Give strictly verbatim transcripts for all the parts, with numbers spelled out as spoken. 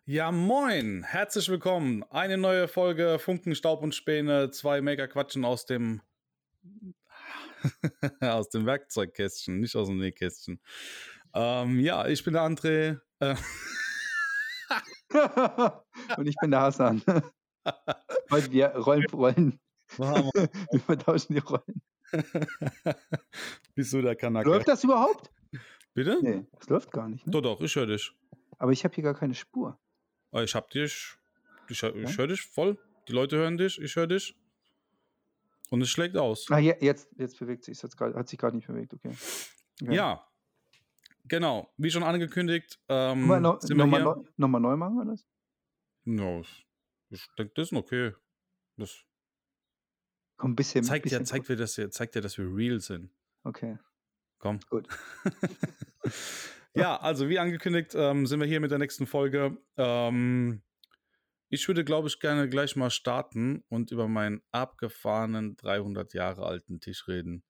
Ja, moin! Herzlich willkommen. Eine neue Folge Funken, Staub und Späne. Zwei Mega-Quatschen aus dem aus dem Werkzeugkästchen, nicht aus dem Nähkästchen. Ähm, ja, ich bin der André. Äh, Und ich bin der Hassan. Heute wir Rollen, Rollen. wo haben Wir vertauschen die Rollen. wir? Bist du der Kanacke? Läuft das überhaupt? Bitte? Nee, das läuft gar nicht, ne? Doch, doch, ich höre dich. Aber ich habe hier gar keine Spur. Äh, Ich hab dich. Ich, hör- ich Ja? höre dich voll. Die Leute hören dich, ich höre dich. Und es schlägt aus. Ah, je- jetzt, jetzt bewegt sich jetzt grad, hat sich gerade nicht bewegt, okay. okay. Ja, genau. Wie schon angekündigt, ähm, Nochmal, no, sind wir nochmal, hier. neu, nochmal neu machen wir das? Ja, ich denke, das ist okay. Das Komm, ein bisschen, zeigt ja, bisschen. zeigt, wir, dass wir, zeigt ja, dass wir real sind. Okay, Komm. gut. Ja, also wie angekündigt, ähm, sind wir hier mit der nächsten Folge. Ähm, ich würde, glaube ich, gerne gleich mal starten und über meinen abgefahrenen dreihundert Jahre alten Tisch reden.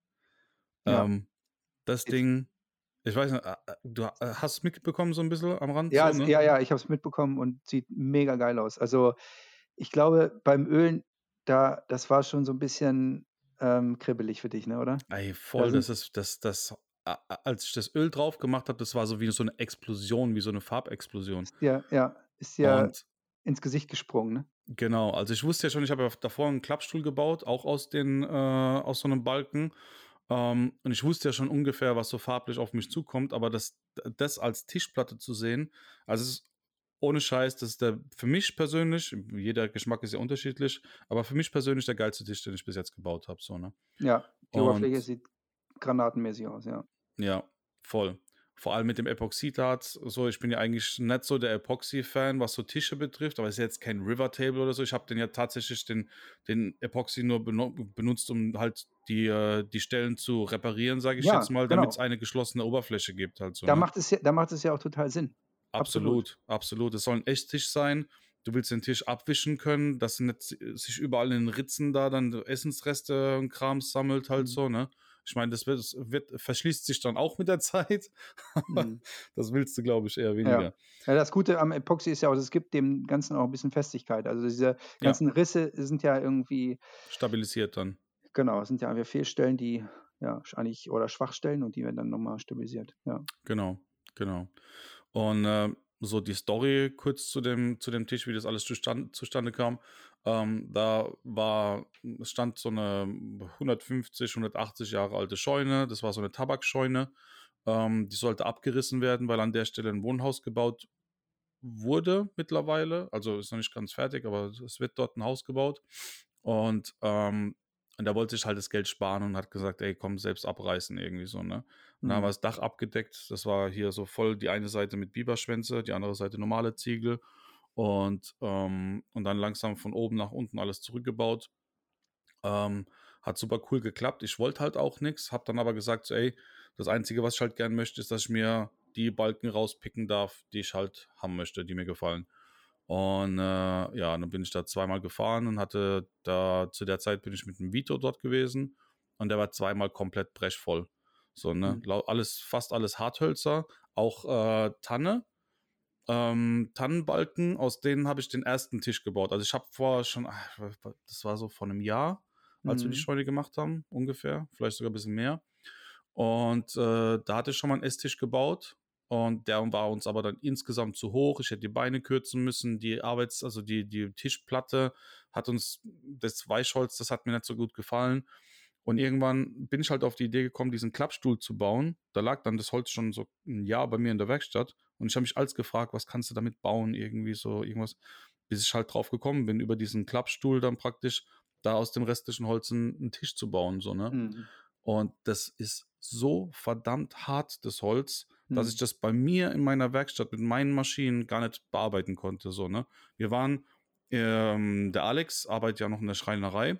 Ja. Ähm, das Jetzt- Ding, ich weiß nicht, äh, äh, du äh, hast es mitbekommen so ein bisschen am Rand? Ja, so, es, ne? ja, ja, ich habe es mitbekommen und sieht mega geil aus. Also ich glaube, beim Ölen, da, das war schon so ein bisschen ähm, kribbelig für dich, ne, oder? Ey, Da voll, sind, das ist, das, das, äh, als ich das Öl drauf gemacht habe, das war so wie so eine Explosion, wie so eine Farbexplosion. ist dir, ja, ist dir Und ins Gesicht gesprungen, ne? genau, also ich wusste ja schon, ich habe ja davor einen Klappstuhl gebaut, auch aus den, äh, aus so einem Balken. Ähm, und ich wusste ja schon ungefähr, was so farblich auf mich zukommt, aber das, das als Tischplatte zu sehen, also es ist ohne Scheiß, das ist der für mich persönlich, jeder Geschmack ist ja unterschiedlich, aber für mich persönlich der geilste Tisch, den ich bis jetzt gebaut habe, so, ne? Ja, die Oberfläche Und sieht granatenmäßig aus, ja. ja, voll. Vor allem mit dem Epoxidharz. So, ich bin ja eigentlich nicht so der Epoxy-Fan, was so Tische betrifft, aber es ist jetzt kein River Table oder so. Ich habe den ja tatsächlich den, den Epoxy nur beno- benutzt, um halt die, äh, die Stellen zu reparieren, sage ich Ja, jetzt mal, damit es genau. eine geschlossene Oberfläche gibt, halt so, Da ne? macht es ja, da macht es ja auch total Sinn. Absolut. Absolut, absolut. Es soll ein Echttisch sein. Du willst den Tisch abwischen können, dass nicht sich überall in den Ritzen da dann Essensreste und Krams sammelt, halt Mhm. so, ne? Ich meine, das wird, das wird, verschließt sich dann auch mit der Zeit. Aber Mhm. das willst du, glaube ich, eher Ja. weniger. Ja, das Gute am Epoxy ist ja auch, es gibt dem Ganzen auch ein bisschen Festigkeit. Also diese Ja, ganzen Risse sind ja irgendwie, stabilisiert dann. genau, es sind ja einfach Fehlstellen, die ja eigentlich oder Schwachstellen und die werden dann nochmal stabilisiert. Ja. Genau, genau. Und äh, so die Story kurz zu dem, zu dem Tisch, wie das alles zustand, zustande kam. Ähm, da war, es stand so eine hundertfünfzig, hundertachtzig Jahre alte Scheune. Das war so eine Tabakscheune. Ähm, die sollte abgerissen werden, weil an der Stelle ein Wohnhaus gebaut wurde mittlerweile. Also ist noch nicht ganz fertig, aber es wird dort ein Haus gebaut. Und, ähm, und da wollte ich halt das Geld sparen und hat gesagt, ey, komm, selbst abreißen irgendwie so, ne? Und dann haben wir Mhm. das Dach abgedeckt. Das war hier so voll die eine Seite mit Biberschwänze, die andere Seite normale Ziegel. Und, ähm, und dann langsam von oben nach unten alles zurückgebaut. Ähm, hat super cool geklappt. Ich wollte halt auch nichts, habe dann aber gesagt, so, ey, das Einzige, was ich halt gern möchte, ist, dass ich mir die Balken rauspicken darf, die ich halt haben möchte, die mir gefallen. Und äh, ja, dann bin ich da zweimal gefahren und hatte da, zu der Zeit bin ich mit dem Vito dort gewesen und der war zweimal komplett brechvoll. So, ne? Mhm. Lau- Alles, fast alles Harthölzer, auch äh, Tanne. Ähm, Tannenbalken, aus denen habe ich den ersten Tisch gebaut. Also ich habe vorher schon, ach, das war so vor einem Jahr, als wir die Mhm. Scheune gemacht haben, ungefähr, vielleicht sogar ein bisschen mehr. Und äh, da hatte ich schon mal einen Esstisch gebaut und der war uns aber dann insgesamt zu hoch. Ich hätte die Beine kürzen müssen, die Arbeits-, also die, die Tischplatte hat uns, das Weichholz, das hat mir nicht so gut gefallen. Und irgendwann bin ich halt auf die Idee gekommen, diesen Klappstuhl zu bauen. Da lag dann das Holz schon so ein Jahr bei mir in der Werkstatt. Und ich habe mich alles gefragt, was kannst du damit bauen? Irgendwie so irgendwas. Bis ich halt drauf gekommen bin, über diesen Klappstuhl dann praktisch da aus dem restlichen Holz einen, einen Tisch zu bauen. So, ne? Mhm. Und das ist so verdammt hart, das Holz, dass ich Mhm. das bei mir in meiner Werkstatt mit meinen Maschinen gar nicht bearbeiten konnte. So, ne? Wir waren, ähm, der Alex arbeitet ja noch in der Schreinerei.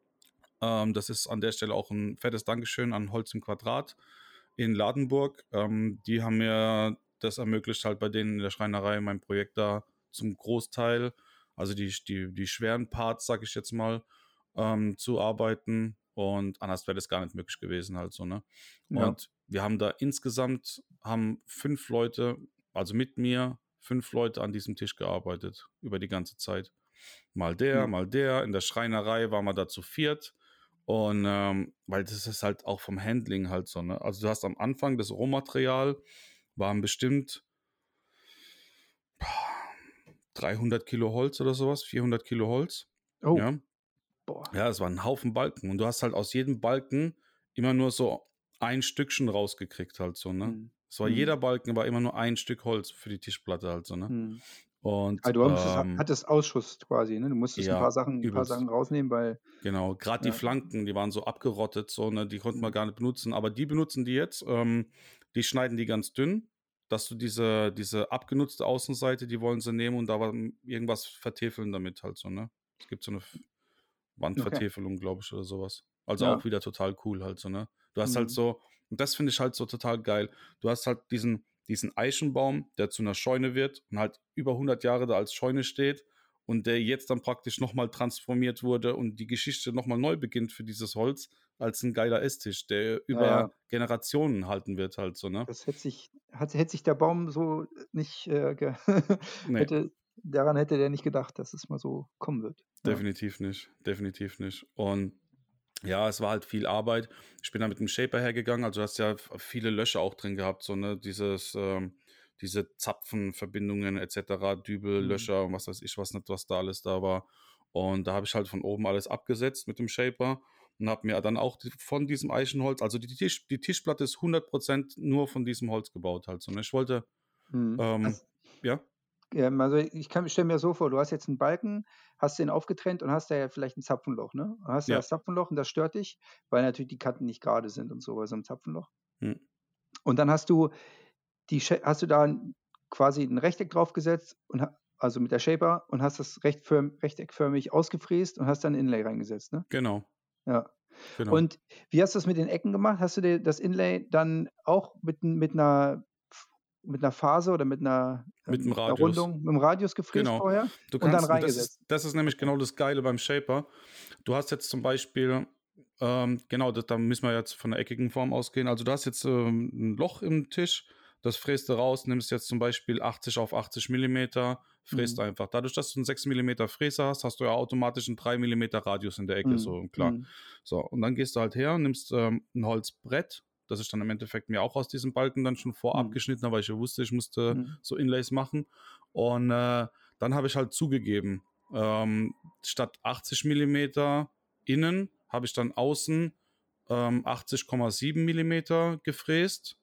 Ähm, das ist an der Stelle auch ein fettes Dankeschön an Holz im Quadrat in Ladenburg. Ähm, die haben mir das ermöglicht, halt bei denen in der Schreinerei mein Projekt da zum Großteil, also die, die, die schweren Parts, sag ich jetzt mal, ähm, zu arbeiten. Und anders wäre das gar nicht möglich gewesen, halt so, ne? Ja. Und wir haben da insgesamt, haben fünf Leute, also mit mir, fünf Leute an diesem Tisch gearbeitet, über die ganze Zeit. Mal der, Mhm. mal der. In der Schreinerei waren wir da zu viert. Und ähm, weil das ist halt auch vom Handling halt so, ne? Also du hast am Anfang das Rohmaterial, waren bestimmt dreihundert Kilo Holz oder sowas, vierhundert Kilo Holz. Oh, Ja, boah. ja, es war ein Haufen Balken. Und du hast halt aus jedem Balken immer nur so ein Stückchen rausgekriegt halt so, ne? Mhm. Es war jeder Mhm. Balken, war immer nur ein Stück Holz für die Tischplatte halt so, ne? Mhm. Und Ah, du musstest, ähm, hattest Ausschuss quasi, ne? Du musstest ein ja, paar Sachen, ein paar übelst. Sachen rausnehmen, weil Genau, gerade die ja. Flanken, die waren so abgerottet, so, ne, die konnten wir Mhm. gar nicht benutzen, aber die benutzen die jetzt. Ähm, die schneiden die ganz dünn, dass du diese, diese abgenutzte Außenseite, die wollen sie nehmen und da war irgendwas vertäfeln damit halt so, ne? Es gibt so eine F- Okay. Wandvertäfelung, glaube ich, oder sowas. Also auch Ja. wieder total cool halt so, ne? Du hast halt Mhm. so, und das finde ich halt so total geil. Du hast halt diesen, diesen Eichenbaum, der zu einer Scheune wird und halt über hundert Jahre da als Scheune steht und der jetzt dann praktisch nochmal transformiert wurde und die Geschichte nochmal neu beginnt für dieses Holz als ein geiler Esstisch, der Ja, über ja. Generationen halten wird halt so, ne? Das hätte sich hat hätte sich der Baum so nicht, äh, ge Nee, hätte daran hätte der nicht gedacht, dass es mal so kommen wird. Ja. definitiv nicht, definitiv nicht. Und ja, es war halt viel Arbeit. Ich bin da mit dem Shaper hergegangen, also du hast ja f- viele Löcher auch drin gehabt, so, ne, dieses, ähm, diese Zapfenverbindungen et cetera, Dübel, Mhm. Löcher und was weiß ich, was nicht, was da alles da war. Und da habe ich halt von oben alles abgesetzt mit dem Shaper und habe mir dann auch die, von diesem Eichenholz, also die, Tisch, die Tischplatte ist hundert Prozent nur von diesem Holz gebaut halt so. Ne? Ich wollte, Mhm. ähm, Also, ja, ähm, also, ich kann stelle mir so vor, du hast jetzt 'n Balken, hast den aufgetrennt und hast da ja vielleicht 'n Zapfenloch, ne? Dann hast du ja, das Zapfenloch und das stört dich, weil natürlich die Kanten nicht gerade sind und so bei so 'nem Zapfenloch. hm, Und dann hast du die Sha hast du da 'n quasi 'n Rechteck draufgesetzt und ha also, mit der Shaper und hast das rechtförm rechteckförmig ausgefräst und hast dann 'n Inlay reingesetzt, ne? genau, Ja. genau. Und wie hast du das mit den Ecken gemacht? Hast du dir das Inlay dann auch mit 'n mit 'ner F mit 'ner Faser oder mit 'ner Mit dem ähm, 'ner Radius, Rundung mit'm Radius gefräst genau. vorher Du und dann kannst, und das reingesetzt? ist, das ist nämlich Okay. genau das Geile beim Shaper. Du hast jetzt zum Beispiel, ähm, genau, das, da müssen wir jetzt von der eckigen Form ausgehen. Also du hast jetzt ähm, ein Loch im Tisch, das fräst du raus, nimmst jetzt zum Beispiel achtzig auf achtzig Millimeter, fräst Mhm. einfach. Dadurch, dass du einen sechs Millimeter Fräser hast, hast du ja automatisch einen drei Millimeter Radius in der Ecke, Mhm. so klar. Mhm. So, und dann gehst du halt her und nimmst ähm, ein Holzbrett, das ich dann im Endeffekt mir auch aus diesem Balken dann schon vorab Mhm. geschnitten habe, weil ich ja wusste, ich musste Mhm. so Inlays machen. Und äh, dann habe ich halt zugegeben, ähm, statt achtzig Millimeter innen habe ich dann außen ähm, achtzig Komma sieben Millimeter gefräst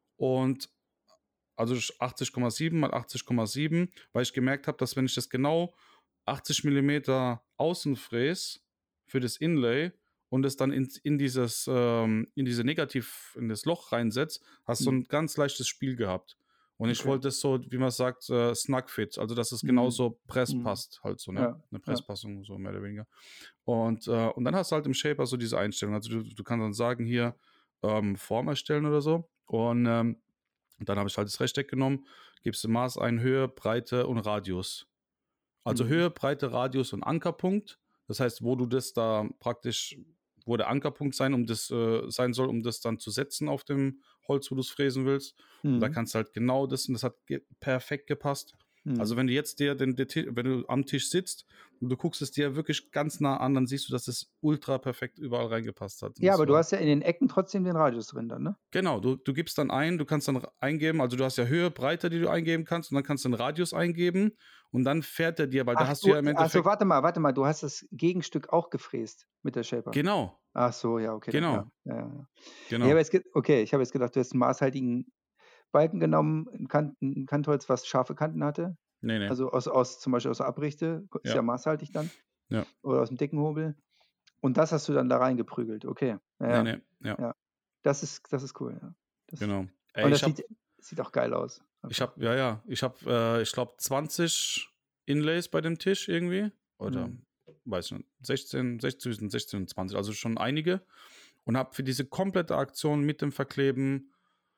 und also achtzig Komma sieben mal achtzig Komma sieben, weil ich gemerkt habe, dass wenn ich das genau achtzig Millimeter außen fräse für das Inlay und es dann in, in dieses ähm, in diese Negativ in das Loch reinsetzt, hast du so Mhm. ein ganz leichtes Spiel gehabt. Und ich Okay. wollte es so, wie man sagt, äh, snug fit, also dass es Mhm. genauso Press Mhm. passt, halt so, ne? Ja, Eine ja. Presspassung, so mehr oder weniger. Und, äh, und dann hast du halt im Shaper so diese Einstellung. Also du, du kannst dann sagen, hier ähm, Form erstellen oder so. Und ähm, dann habe ich halt das Rechteck genommen, gibst du Maß ein, Höhe, Breite und Radius. Also Mhm. Höhe, Breite, Radius und Ankerpunkt. Das heißt, wo du das da praktisch, wo der Ankerpunkt sein, um das, äh, sein soll, um das dann zu setzen auf dem Holz, wo du es fräsen willst. Und da Mhm. kannst du halt genau das, und das hat ge perfekt gepasst. Also Mhm. wenn du jetzt dir den, den, wenn du am Tisch sitzt und du guckst es dir wirklich ganz nah an, dann siehst du, dass es ultra perfekt überall reingepasst hat. Und Ja, das aber du war hast ja in den Ecken trotzdem den Radius drin dann, ne? genau, du, du gibst dann ein, du kannst dann eingeben, also du hast ja Höhe, Breite, die du eingeben kannst, und dann kannst du einen Radius eingeben und dann fährt er dir, weil da Ach, hast du du ja im also, Endeffekt, warte mal, warte mal, du hast das Gegenstück auch gefräst mit der Shaper? genau, Ach so, ja, okay, dann ja. genau, Ja, ja, ja. Ne, aber genau. jetzt ge okay, ich habe jetzt gedacht, du hast 'n maßhaltigen Balken genommen, 'n Kant 'n Kantholz, was scharfe Kanten hatte, Nee, nee, also aus aus zum Beispiel aus der Abrichte, ist ja, ja maßhaltig dann ja, oder aus'm dicken Hobel. Und das hast du dann da reingeprügelt, okay. Ja, nee, ja, nee, ja, ja. Das ist das ist cool, ja. Das genau. Ey, und das ich habe, sieht sieht auch geil aus ich einfach. habe, ja, ja, ich habe, äh, ich glaube, zwanzig Inlays bei dem Tisch irgendwie, oder Mhm. weiß ich nicht, sechzehn, sechzehn, zwischen sechzehn und zwanzig, also schon einige, und habe für diese komplette Aktion mit dem Verkleben,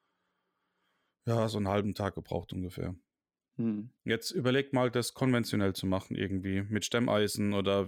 ja, so einen halben Tag gebraucht ungefähr. Mhm. Jetzt überleg mal, das konventionell zu machen irgendwie mit Stemmeisen oder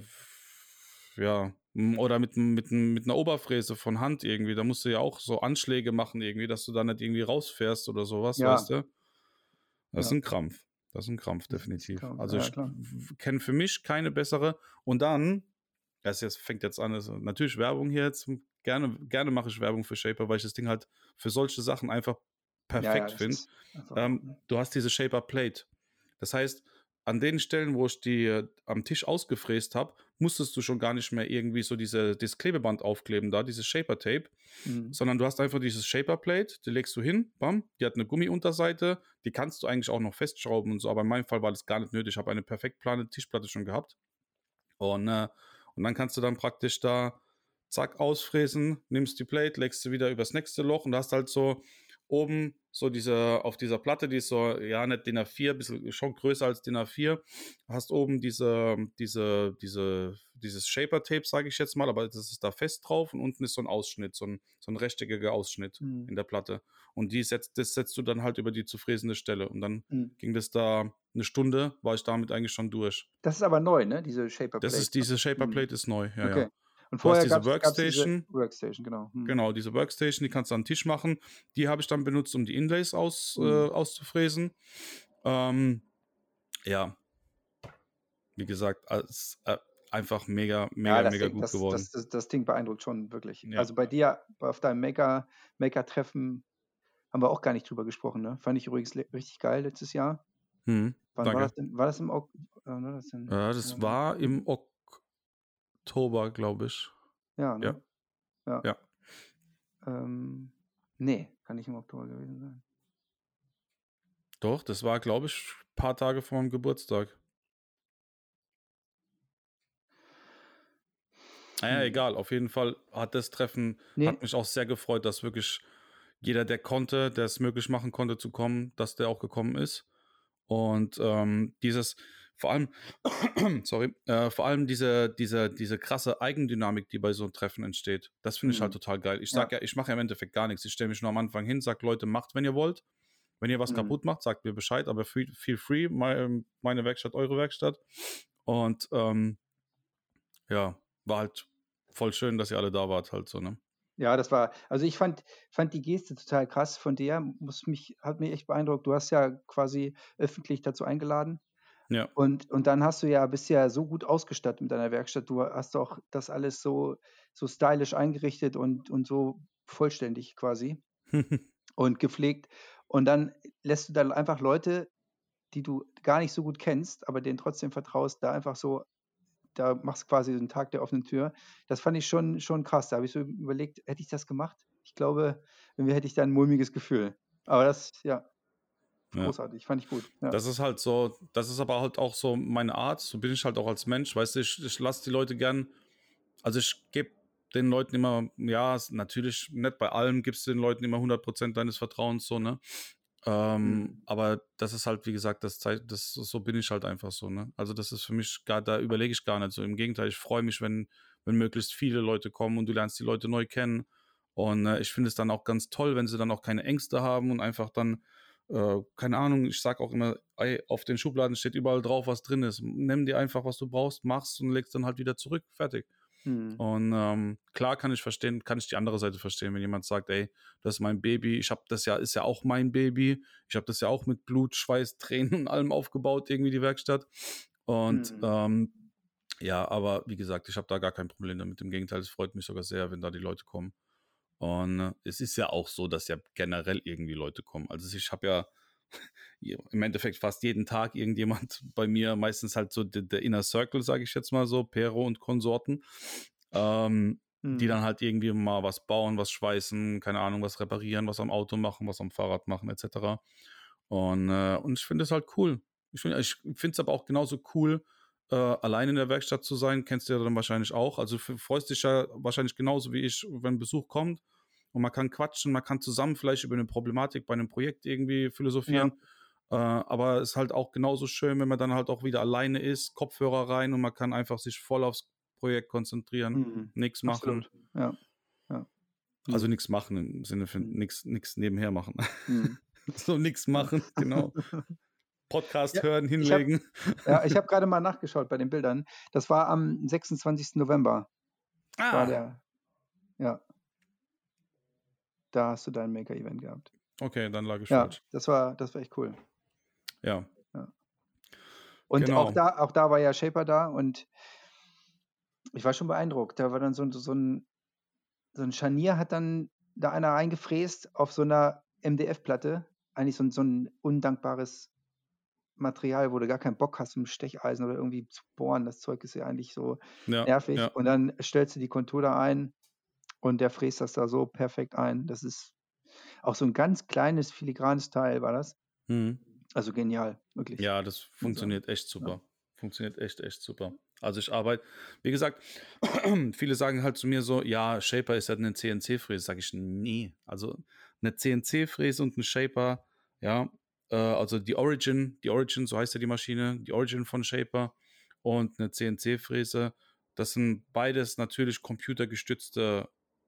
ja, m- oder mit, mit, mit einer Oberfräse von Hand irgendwie. Da musst du ja auch so Anschläge machen irgendwie, dass du da nicht irgendwie rausfährst oder sowas, weißt Ja, du? Das ist ja. ein Krampf. Das ist ein Krampf, Das ist definitiv. Krampf. Also Ja, ich klar. kenne für mich keine bessere. Und dann, das jetzt fängt jetzt an, also natürlich Werbung hier jetzt. Gerne, gerne mache ich Werbung für Shaper, weil ich das Ding halt für solche Sachen einfach Ja, ja, perfekt das finde. ist einfach, Ähm, ne? du hast diese Shaper Plate. Das heißt, an den Stellen, wo ich die äh, am Tisch ausgefräst habe, musstest du schon gar nicht mehr irgendwie so diese, dieses Klebeband aufkleben da, dieses Shaper Tape, Mhm. sondern du hast einfach dieses Shaper Plate, die legst du hin, bam, die hat eine Gummiunterseite, die kannst du eigentlich auch noch festschrauben und so, aber in meinem Fall war das gar nicht nötig. Ich habe eine perfekt plane Tischplatte schon gehabt und, äh, und dann kannst du dann praktisch da zack ausfräsen, nimmst die Plate, legst sie wieder übers nächste Loch und hast halt so oben so diese, auf dieser Platte, die ist so, ja, nicht D I N A vier, bisschen schon größer als D I N A vier, hast oben diese, diese, diese, dieses Shaper-Tape, sage ich jetzt mal, aber das ist da fest drauf und unten ist so ein Ausschnitt, so ein, so ein rechteckiger Ausschnitt Mhm. in der Platte. Und die setzt, das setzt du dann halt über die zu fräsende Stelle und dann Mhm. ging das da eine Stunde, war ich damit eigentlich schon durch. Das ist aber neu, ne? Diese Shaper Das Plate. ist, diese Shaper Mhm. Plate ist neu, ja, Okay. ja. Und Du hast vorher diese gab's gab's diese Workstation, Workstation, genau. Mhm. genau, diese Workstation, die kannst du an den Tisch machen. Die habe ich dann benutzt, um die Inlays aus, äh, Mhm. auszufräsen. Ähm, ja, wie gesagt, als, äh, einfach mega, Ja, mega, das mega Ding, gut das, das, geworden. das, das Ding beeindruckt schon wirklich. Ja. Also bei dir, auf deinem Maker, Maker-Treffen haben wir auch gar nicht drüber gesprochen, ne? Fand ich übrigens le- richtig geil letztes Jahr. Hm, Wann war danke. das denn? War das im Ok äh, war das denn? Äh, das Ähm, war im Oktober, glaube ich. ja, Ja, ne? Ja. ja. Ähm, nee, kann nicht im Oktober gewesen sein. Doch, das war, glaube ich, ein paar Tage vor meinem Geburtstag. Naja, Hm. egal. Auf jeden Fall hat das Treffen, Nee, hat mich auch sehr gefreut, dass wirklich jeder, der konnte, der es möglich machen konnte zu kommen, dass der auch gekommen ist. Und ähm, dieses, vor allem, sorry, äh, vor allem diese, diese, diese krasse Eigendynamik, die bei so einem Treffen entsteht, das finde ich halt hm. total geil. Ich Ja. sag ja, ich mache ja im Endeffekt gar nichts. Ich stelle mich nur am Anfang hin, sag, Leute, macht, wenn ihr wollt. Wenn ihr was Hm. kaputt macht, sagt mir Bescheid, aber feel, feel free, meine, meine Werkstatt, eure Werkstatt. Und ähm, ja, war halt voll schön, dass ihr alle da wart, halt so, ne? Ja, das war, also ich fand, fand die Geste total krass von der, muss mich, hat mich echt beeindruckt. Du hast ja quasi öffentlich dazu eingeladen. Ja. Und, und dann hast du ja, bist ja so gut ausgestattet mit deiner Werkstatt. Du hast auch das alles so, so stylisch eingerichtet und, und so vollständig quasi und gepflegt. Und dann lässt du dann einfach Leute, die du gar nicht so gut kennst, aber denen trotzdem vertraust, da einfach so, da machst du quasi so einen Tag der offenen Tür. Das fand ich schon, schon krass. Da habe ich so überlegt, hätte ich das gemacht? Ich glaube, irgendwie hätte ich da ein mulmiges Gefühl. Aber das, ja, Ja. großartig, fand ich gut. Ja. Das ist halt so, das ist aber halt auch so meine Art, so bin ich halt auch als Mensch, weißt du, ich, ich lasse die Leute gern, also ich gebe den Leuten immer, ja, ist natürlich nicht bei allem gibst du den Leuten immer hundert Prozent deines Vertrauens, so, ne? Ähm, Mhm. aber das ist halt, wie gesagt, das, Zeit- das so bin ich halt einfach so, ne? Also das ist für mich gar, da überlege ich gar nicht so. Im Gegenteil, ich freue mich, wenn, wenn möglichst viele Leute kommen und du lernst die Leute neu kennen. Und äh, ich finde es dann auch ganz toll, wenn sie dann auch keine Ängste haben und einfach dann, äh, keine Ahnung, ich sag auch immer, ey, auf den Schubladen steht überall drauf, was drin ist. Nimm dir einfach, was du brauchst, machst und legst dann halt wieder zurück. Fertig. Mhm. Und ähm, klar kann ich verstehen, kann ich die andere Seite verstehen, wenn jemand sagt, ey, das ist mein Baby, ich habe das ja, ist ja auch mein Baby, ich habe das ja auch mit Blut, Schweiß, Tränen und allem aufgebaut, irgendwie die Werkstatt. Und Mhm. ähm, ja, aber wie gesagt, ich habe da gar kein Problem damit. Im Gegenteil, es freut mich sogar sehr, wenn da die Leute kommen. Und äh, es ist ja auch so, dass ja generell irgendwie Leute kommen. Also ich habe ja im Endeffekt fast jeden Tag irgendjemand bei mir, meistens halt so der, der Inner Circle, sage ich jetzt mal so, Pero und Konsorten, ähm, die Mhm. dann halt irgendwie mal was bauen, was schweißen, keine Ahnung, was reparieren, was am Auto machen, was am Fahrrad machen, et cetera. Und, äh, und ich finde es halt cool. Ich finde ich es aber auch genauso cool, äh, allein in der Werkstatt zu sein. Kennst du ja dann wahrscheinlich auch. Also f- freust dich ja wahrscheinlich genauso wie ich, wenn Besuch kommt. Und man kann quatschen, man kann zusammen vielleicht über eine Problematik bei einem Projekt irgendwie Ja. philosophieren. Äh, aber es ist halt auch genauso schön, wenn man dann halt auch wieder alleine ist, Kopfhörer rein und man kann einfach sich voll aufs Projekt konzentrieren, Mhm. nichts machen. Absolut. Ja. Ja. Also Mhm. nichts machen im Sinne von Mhm. nichts nichts nebenher machen. Mhm. So nichts Ja. machen, genau. Ja, Podcast hören, ich habe hinlegen. ja, ich habe gerade mal nachgeschaut bei den Bildern. Das war am sechsundzwanzigsten November war Ah, der, ja, da hast du dein Maker-Event gehabt. okay, dann lag ich Ja, falsch. das war das war echt cool. Ja. Ja. Und auch Genau. da auch da war ja Shaper da und ich war schon beeindruckt. Da war dann so 'n so 'n so 'n Scharnier hat dann da einer reingefräst auf so 'ner M D F-Platte. Eigentlich so 'n so 'n undankbares Material, wo du gar keinen Bock hast, mit'm Stecheisen oder irgendwie zu bohren. Das Zeug ist ja eigentlich so Ja, nervig. ja. Und dann stellst du die Kontur da ein und der fräst das da so perfekt ein. Das ist auch so 'n ganz kleines filigranes Teil war das. Mhm. Also genial, wirklich, Ja, das muss man sagen. funktioniert echt Ja. super. Funktioniert echt, echt super. Also, ich arbeite wie gesagt, viele sagen halt zu mir so: „Ja, Shaper ist ja 'ne C N C-Fräse.“ Sage ich: „Ne.“ Also, 'ne C N C-Fräse und 'n Shaper, ja, äh, also die Origin die Origin, so heißt ja die Maschine, die Origin von Shaper und 'ne C N C-Fräse, das sind beides natürlich computergestützte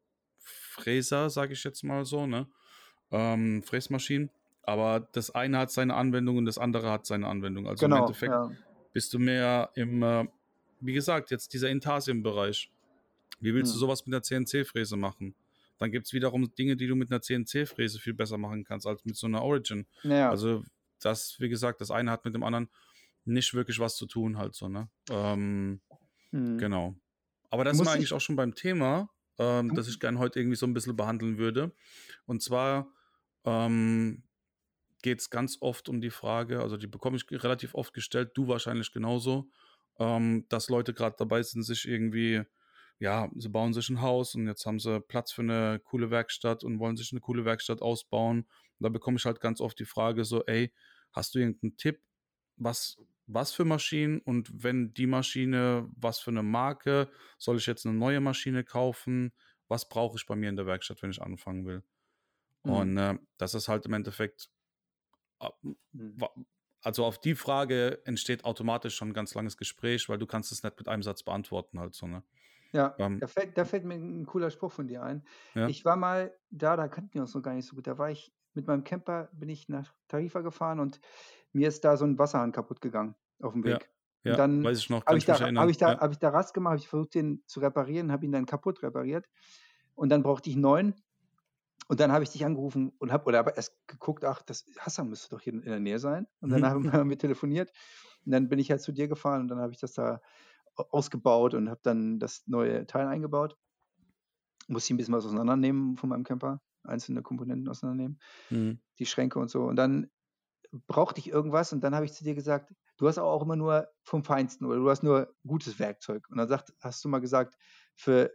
Fräser, sage ich jetzt mal so, ne? Ähm, Fräsmaschinen. Aber das eine hat seine Anwendung und das andere hat seine Anwendung. Also, im Genau, Endeffekt ja. bist du mehr im, äh wie gesagt, jetzt dieser Intarsienbereich. Wie willst du Mhm. so was mit 'ner C N C-Fräse machen? Dann gibt's wiederum Dinge, die du mit 'ner C N C-Fräse viel besser machen kannst als mit so 'ner Origin. Na ja. Also, das wie gesagt, das eine hat mit dem anderen nicht wirklich was zu tun halt so, ne? Ähm, Mhm. genau. Aber da sind wir Muss ich eigentlich auch schon beim Thema, ähm, das ich hm gern heute irgendwie so 'n bisschen behandeln würde. Und zwar, ähm, geht's ganz oft um die Frage also, die bekomme ich g relativ oft gestellt, du wahrscheinlich genauso, ähm, dass Leute grad dabei sind, sich irgendwie ja, sie bauen sich 'n Haus und jetzt haben sie Platz für 'ne coole Werkstatt und wollen sich 'ne coole Werkstatt ausbauen. Und da bekomme ich halt ganz oft die Frage so: „Ey, hast du irgend 'n Tipp, was was für Maschinen und wenn die Maschine, was für 'ne Marke? Soll ich jetzt 'ne neue Maschine kaufen? Was brauche ich bei mir in der Werkstatt, wenn ich anfangen will?“ Mhm. Und, äh, das ist halt im Endeffekt a hm, Mhm. wa also, auf die Frage entsteht automatisch schon 'n ganz langes Gespräch, weil du kannst es nicht mit einem Satz beantworten halt so, ne? Ja, Ähm da fällt da fällt mir 'n cooler Spruch von dir ein. Ja. Ich war mal da, da kannten wir uns noch gar nicht so gut. Da war ich mit meinem Camper bin ich nach Tarifa gefahren und mir ist da so 'n Wasserhahn kaputtgegangen auf'm Ja, Weg. Und ja, dann weiß ich noch, habe kann ich ich mich da habe erinnern, ich da ja. habe ich da Rast gemacht, habe ich versucht, den zu reparieren, habe ihn dann kaputt repariert. Und dann brauchte ich 'n neuen. Und dann habe ich dich angerufen und habe oder habe erst geguckt, ach, das Hassan müsste doch hier in in der Nähe sein. Und dann haben haben wir telefoniert. Und dann bin ich halt zu dir gefahren und dann habe ich das da a ausgebaut und habe dann das neue Teil eingebaut. Musste ich 'n bisschen was auseinandernehmen von meinem Camper, einzelne Komponenten auseinandernehmen, Mhm. die Schränke und so. Und dann brauchte ich irgendwas und dann habe ich zu dir gesagt: „Du hast aber auch immer nur vom Feinsten oder du hast nur gutes Werkzeug.“ Und dann sagt hast du mal gesagt: „Für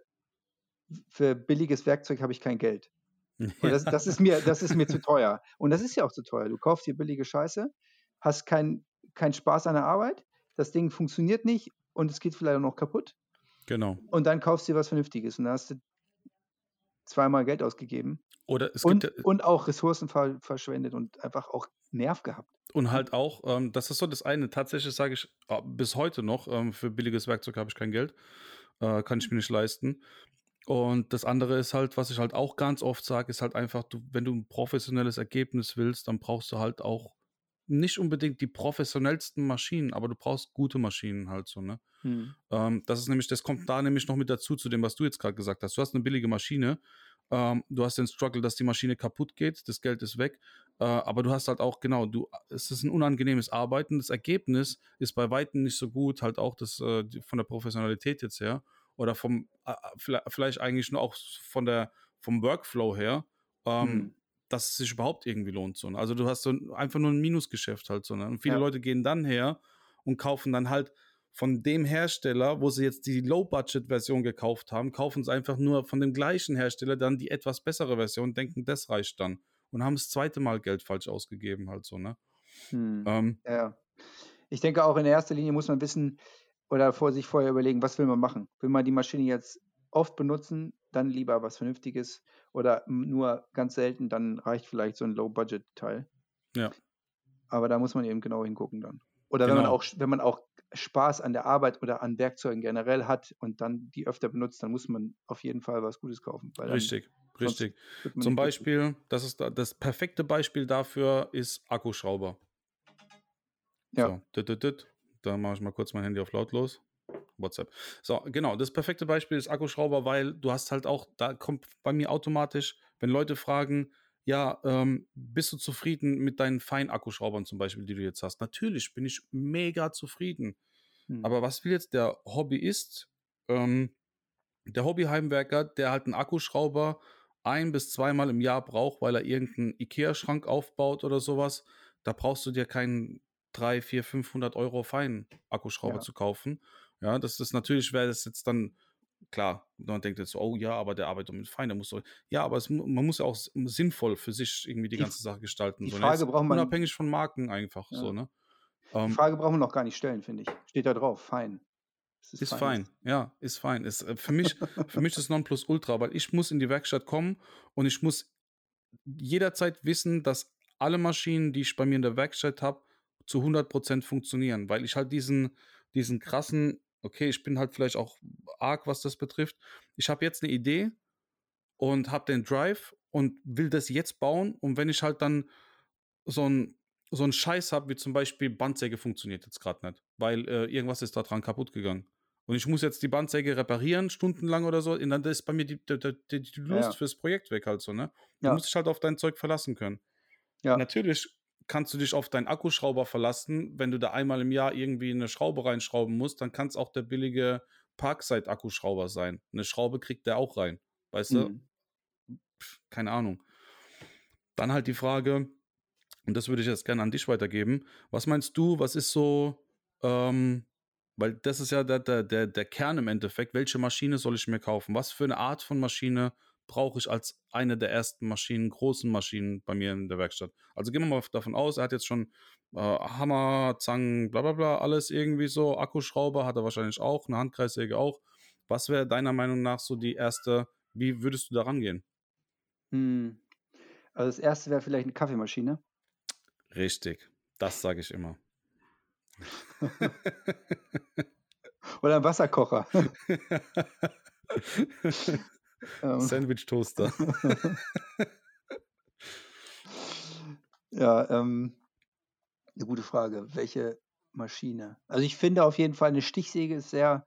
f für billiges Werkzeug habe ich kein Geld.“ Und Ja. das das ist mir das ist mir zu teuer. Und das ist ja auch zu teuer. Du kaufst dir billige Scheiße, hast keinen keinen Spaß an der Arbeit, das Ding funktioniert nicht und es geht vielleicht auch noch kaputt. Genau. Und dann kaufst du dir was Vernünftiges und dann hast du zweimal Geld ausgegeben Oder es gibt und ja äh und auch Ressourcen ver verschwendet und einfach auch Nerv gehabt, Und ne? halt auch, ähm, das ist so das eine. Tatsächlich sage ich, a bis heute noch, ähm, für billiges Werkzeug habe ich kein Geld, äh, kann ich mir nicht leisten. Und das andere ist halt, was ich halt auch ganz oft sage, ist halt einfach, du wenn du 'n professionelles Ergebnis willst, dann brauchst du halt auch nicht unbedingt die professionellsten Maschinen, aber du brauchst gute Maschinen halt so, ne? Mhm. Ähm, das ist nämlich das kommt da nämlich noch mit dazu, zu dem, was du jetzt grad gesagt hast. Du hast 'ne billige Maschine, ähm, du hast den Struggle, dass die Maschine kaputt geht, das Geld ist weg, äh, aber du hast halt auch genau, du a es ist 'n unangenehmes Arbeiten. Das Ergebnis ist bei Weitem nicht so gut, halt auch das, äh d von der Professionalität jetzt her oder vom a a viellei vielleicht eigentlich nur auch von der vom Workflow her, Mhm. ähm, dass es sich überhaupt irgendwie lohnt so, ne? Also, du hast so 'n einfach nur 'n Minusgeschäft halt so, ne? Und viele Ja. Leute gehen dann her und kaufen dann halt von dem Hersteller, wo sie jetzt die Low-Budget-Version gekauft haben, kaufen sie einfach nur von dem gleichen Hersteller dann die etwas bessere Version, denken, das reicht dann und haben das zweite Mal Geld falsch ausgegeben halt so, ne? Mhm. Ähm Ja, ja. Ich denke auch in erster Linie muss man wissen oder vor sich vorher überlegen, was will man machen? Will man die Maschine jetzt oft benutzen, dann lieber was Vernünftiges oder n nur ganz selten, dann reicht vielleicht so 'n Low-Budget-Teil. Ja. Aber da muss man eben genau hingucken dann. Oder wenn man Genau. auch sch wenn man auch Spaß an der Arbeit oder an Werkzeugen generell hat und dann die öfter benutzt, dann muss man auf jeden Fall was Gutes kaufen, weil dann Richtig, sonst richtig. wird man Zum nicht glücklich. Beispiel, das ist da das perfekte Beispiel dafür ist Akkuschrauber. Ja. So, düt düt düt. Da mache ich mal kurz mein Handy auf lautlos. WhatsApp. So, genau, das perfekte Beispiel ist Akkuschrauber, weil du hast halt auch da kommt bei mir automatisch, wenn Leute fragen: ja, ähm, bist du zufrieden mit deinen Feinakkuschraubern zum Beispiel, die du jetzt hast? Natürlich bin ich mega zufrieden. Mhm. Aber was will jetzt der Hobbyist? Ähm, der Hobbyheimwerker, der halt einen Akkuschrauber ein bis zweimal im Jahr braucht, weil er irgendeinen IKEA-Schrank aufbaut oder sowas. Da brauchst du dir keinen drei, vier, fünfhundert Euro Fein-Akkuschrauber Ja, zu kaufen. Ja, das ist natürlich, wäre das jetzt dann klar. Man denkt jetzt so, oh ja, aber der arbeitet mit Fein, der muss doch. Ja, aber es, mu- man muss ja auch s- sinnvoll für sich irgendwie die die ganze F Sache gestalten. die So, ne? Frage Jetzt braucht man unabhängig von Marken einfach so, ja, ne? die Ähm, Frage braucht man noch gar nicht stellen, finde ich. Steht da drauf, fein. Es ist Ist feines. fein, ja, ist fein. Ist, äh, für mich, für mich das Nonplusultra, weil ich muss in die Werkstatt kommen und ich muss jederzeit wissen, dass alle Maschinen, die ich bei mir in der Werkstatt habe, zu hundert Prozent funktionieren, weil ich halt diesen, diesen krassen, okay, ich bin halt vielleicht auch arg, was das betrifft. Ich habe jetzt eine Idee und habe den Drive und will das jetzt bauen und wenn ich halt dann so ein so 'n Scheiß habe, wie zum Beispiel Bandsäge funktioniert jetzt gerade nicht, weil, äh, irgendwas ist da dran kaputt gegangen. Und ich muss jetzt die Bandsäge reparieren, stundenlang oder so, und dann ist bei mir die d d die die Ja, Lust ja. fürs Projekt weg halt so, ne? Du Ja, musst dich halt auf dein Zeug verlassen können. ja. Natürlich kannst du dich auf deinen Akkuschrauber verlassen. Wenn du da einmal im Jahr irgendwie eine Schraube reinschrauben musst, dann kann's auch der billige Parkside-Akkuschrauber sein. Eine Schraube kriegt der auch rein, weißt du? Mhm. Keine Ahnung. Dann halt die Frage, und das würde ich jetzt gerne an dich weitergeben. Was meinst du, was ist so, ähm, weil das ist ja der, der, der, der Kern im Endeffekt, welche Maschine soll ich mir kaufen? Was für eine Art von Maschine brauche ich als eine der ersten Maschinen, großen Maschinen bei mir in der Werkstatt? Also gehen wir mal davon aus, er hat jetzt schon äh, Hammer, Zangen, bla bla bla, alles irgendwie so, Akkuschrauber hat er wahrscheinlich auch, eine Handkreissäge auch. Was wäre deiner Meinung nach so die erste, wie würdest du da rangehen? Mhm. Also, das erste wäre vielleicht 'ne Kaffeemaschine. Richtig, das sage ich immer. Oder 'n Wasserkocher. Ähm. Sandwich-Toaster. Ja, ähm, 'ne gute Frage. Welche Maschine? Also, ich finde auf jeden Fall 'ne Stichsäge ist sehr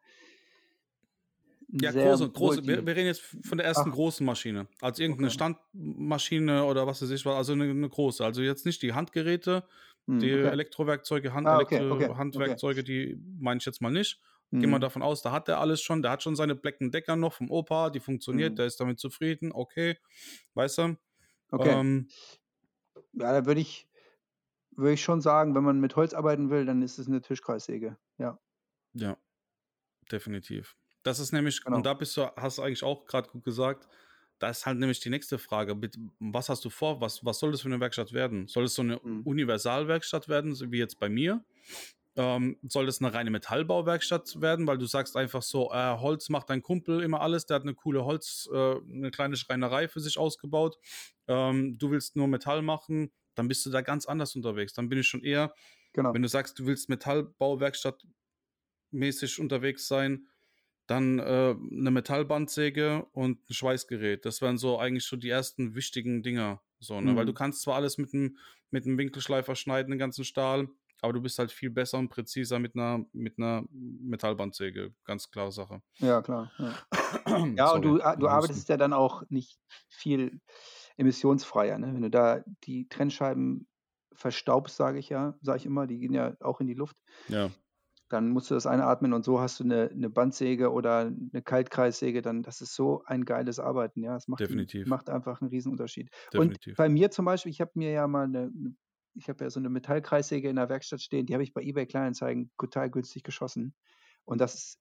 'n Ja, sehr große große wir multi wir reden jetzt von der ersten ach, großen Maschine. Also, irgend 'ne okay. Standmaschine oder was weiß ich was, also 'ne 'ne große. Also, jetzt nicht die Handgeräte, die Mhm, okay. Elektrowerkzeuge, Hand Ah, okay, okay, okay. Elektro-Handwerkzeuge, die meine ich jetzt mal nicht. Gehen wir Mhm, davon aus, da hat der alles schon. Der hat schon seine Black Decker noch vom Opa, die funktioniert, mhm, der ist damit zufrieden, okay, weißt du? okay. Ähm, Ja, da würde ich würde ich schon sagen, wenn man mit Holz arbeiten will, dann ist es 'ne Tischkreissäge. Ja, ja, definitiv. Das ist nämlich, und genau. da bist du hast du eigentlich auch grad gut gesagt, da ist halt nämlich die nächste Frage, mit was hast du vor? Was was soll das für 'ne Werkstatt werden? Soll es so 'ne Mhm, Universalwerkstatt werden, so wie jetzt bei mir? Ähm, soll das 'ne reine Metallbauwerkstatt werden, weil du sagst einfach so: „Äh, Holz macht dein Kumpel immer alles, der hat 'ne coole Holz äh, 'ne kleine Schreinerei für sich ausgebaut. Ähm, du willst nur Metall machen“, dann bist du da ganz anders unterwegs. Dann bin ich schon eher, wenn genau. du sagst, du willst Metallbauwerkstatt mäßig unterwegs sein, dann, äh, 'ne Metallbandsäge und 'n Schweißgerät. Das wären so eigentlich so die ersten wichtigen Dinger so, ne? Weil du Mhm, kannst zwar alles mit 'm mit 'm Winkelschleifer schneiden, den ganzen Stahl, aber du bist halt viel besser und präziser mit 'ner mit 'ner Metallbandsäge, ganz klare Sache. ja klar, ja. Ja, und Sorry, du a du mal husten. arbeitest ja dann auch nicht viel emissionsfreier, ne? Wenn du da die Trennscheiben verstaubst, sage ich ja sage ich immer, die gehen ja auch in die Luft, Ja, dann musst du das einatmen und so hast du 'ne 'ne Bandsäge oder 'ne Kaltkreissäge, dann das ist so ein geiles Arbeiten, ja. Es macht 'n definitiv, macht einfach 'n Riesenunterschied. Und definitiv. bei mir zum Beispiel, ich habe mir ja mal 'ne 'ne ich habe ja so 'ne Metallkreissäge in der Werkstatt stehen, die habe ich bei eBay Kleinanzeigen total günstig geschossen. Und das ist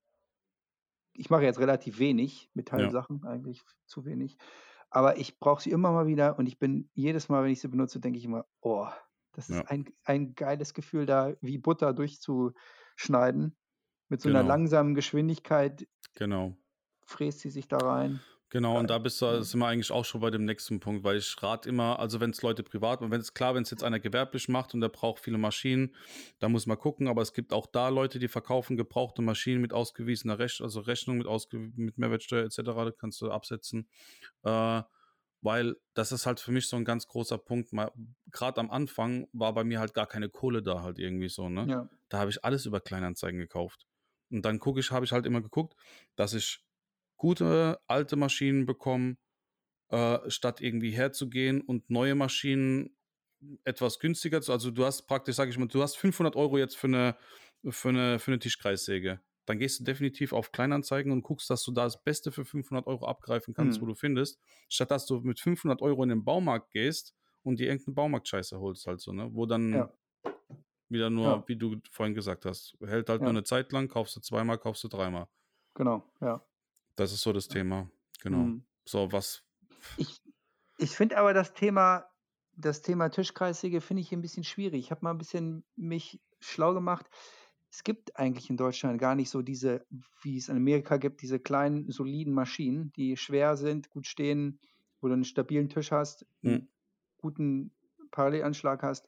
ich mache jetzt relativ wenig Ja, Metallsachen, eigentlich zu wenig, aber ich brauche sie immer mal wieder und ich bin jedes Mal, wenn ich sie benutze, denke ich immer: „Oh, das ist ja, ein ein geiles Gefühl, da wie Butter durchzuschneiden. Mit so 'ner genau, langsamen Geschwindigkeit genau. fräst sie sich da rein. Genau, und da Geil, bist du ja. sind wir eigentlich auch schon bei dem nächsten Punkt, weil ich rate immer, also wenn es Leute privat und wenn es klar, wenn es jetzt einer gewerblich macht und der braucht viele Maschinen, da muss man gucken, aber es gibt auch da Leute, die verkaufen gebrauchte Maschinen mit ausgewiesener Rech also Rechnung mit ausge mit Mehrwertsteuer et cetera, da kannst du absetzen. Äh, weil das ist halt für mich so ein ganz großer Punkt, mal grad am Anfang war bei mir halt gar keine Kohle da halt irgendwie so, ne? Ja, Da habe ich alles über Kleinanzeigen gekauft. Und dann gucke ich habe ich halt immer geguckt, dass ich gute alte Maschinen bekomme, äh, statt irgendwie herzugehen und neue Maschinen etwas günstiger zu, also du hast praktisch, sage ich mal, du hast fünfhundert Euro jetzt für eine, für eine, für eine Tischkreissäge. Dann gehst du definitiv auf Kleinanzeigen und guckst, dass du da das Beste für fünfhundert Euro abgreifen kannst, wo Mhm. du findest, statt dass du mit fünfhundert Euro in den Baumarkt gehst und dir irgendeinen Baumarkt-Scheiße holst halt so, ne? Wo dann Ja, wieder ja, nur, wie du vorhin gesagt hast, hält halt nur ja, eine Zeit lang, kaufst du zweimal, kaufst du dreimal. genau, ja. Das ist so das Ja. Thema, genau. Mhm. So, was Ich ich finde aber das Thema das Thema Tischkreissäge finde ich ein bisschen schwierig. Ich habe mal ein bisschen mich schlau gemacht. Es gibt eigentlich in Deutschland gar nicht so diese, wie es in Amerika gibt, diese kleinen soliden Maschinen, die schwer sind, gut stehen, wo du einen stabilen Tisch hast, hm, einen guten Parallelanschlag hast,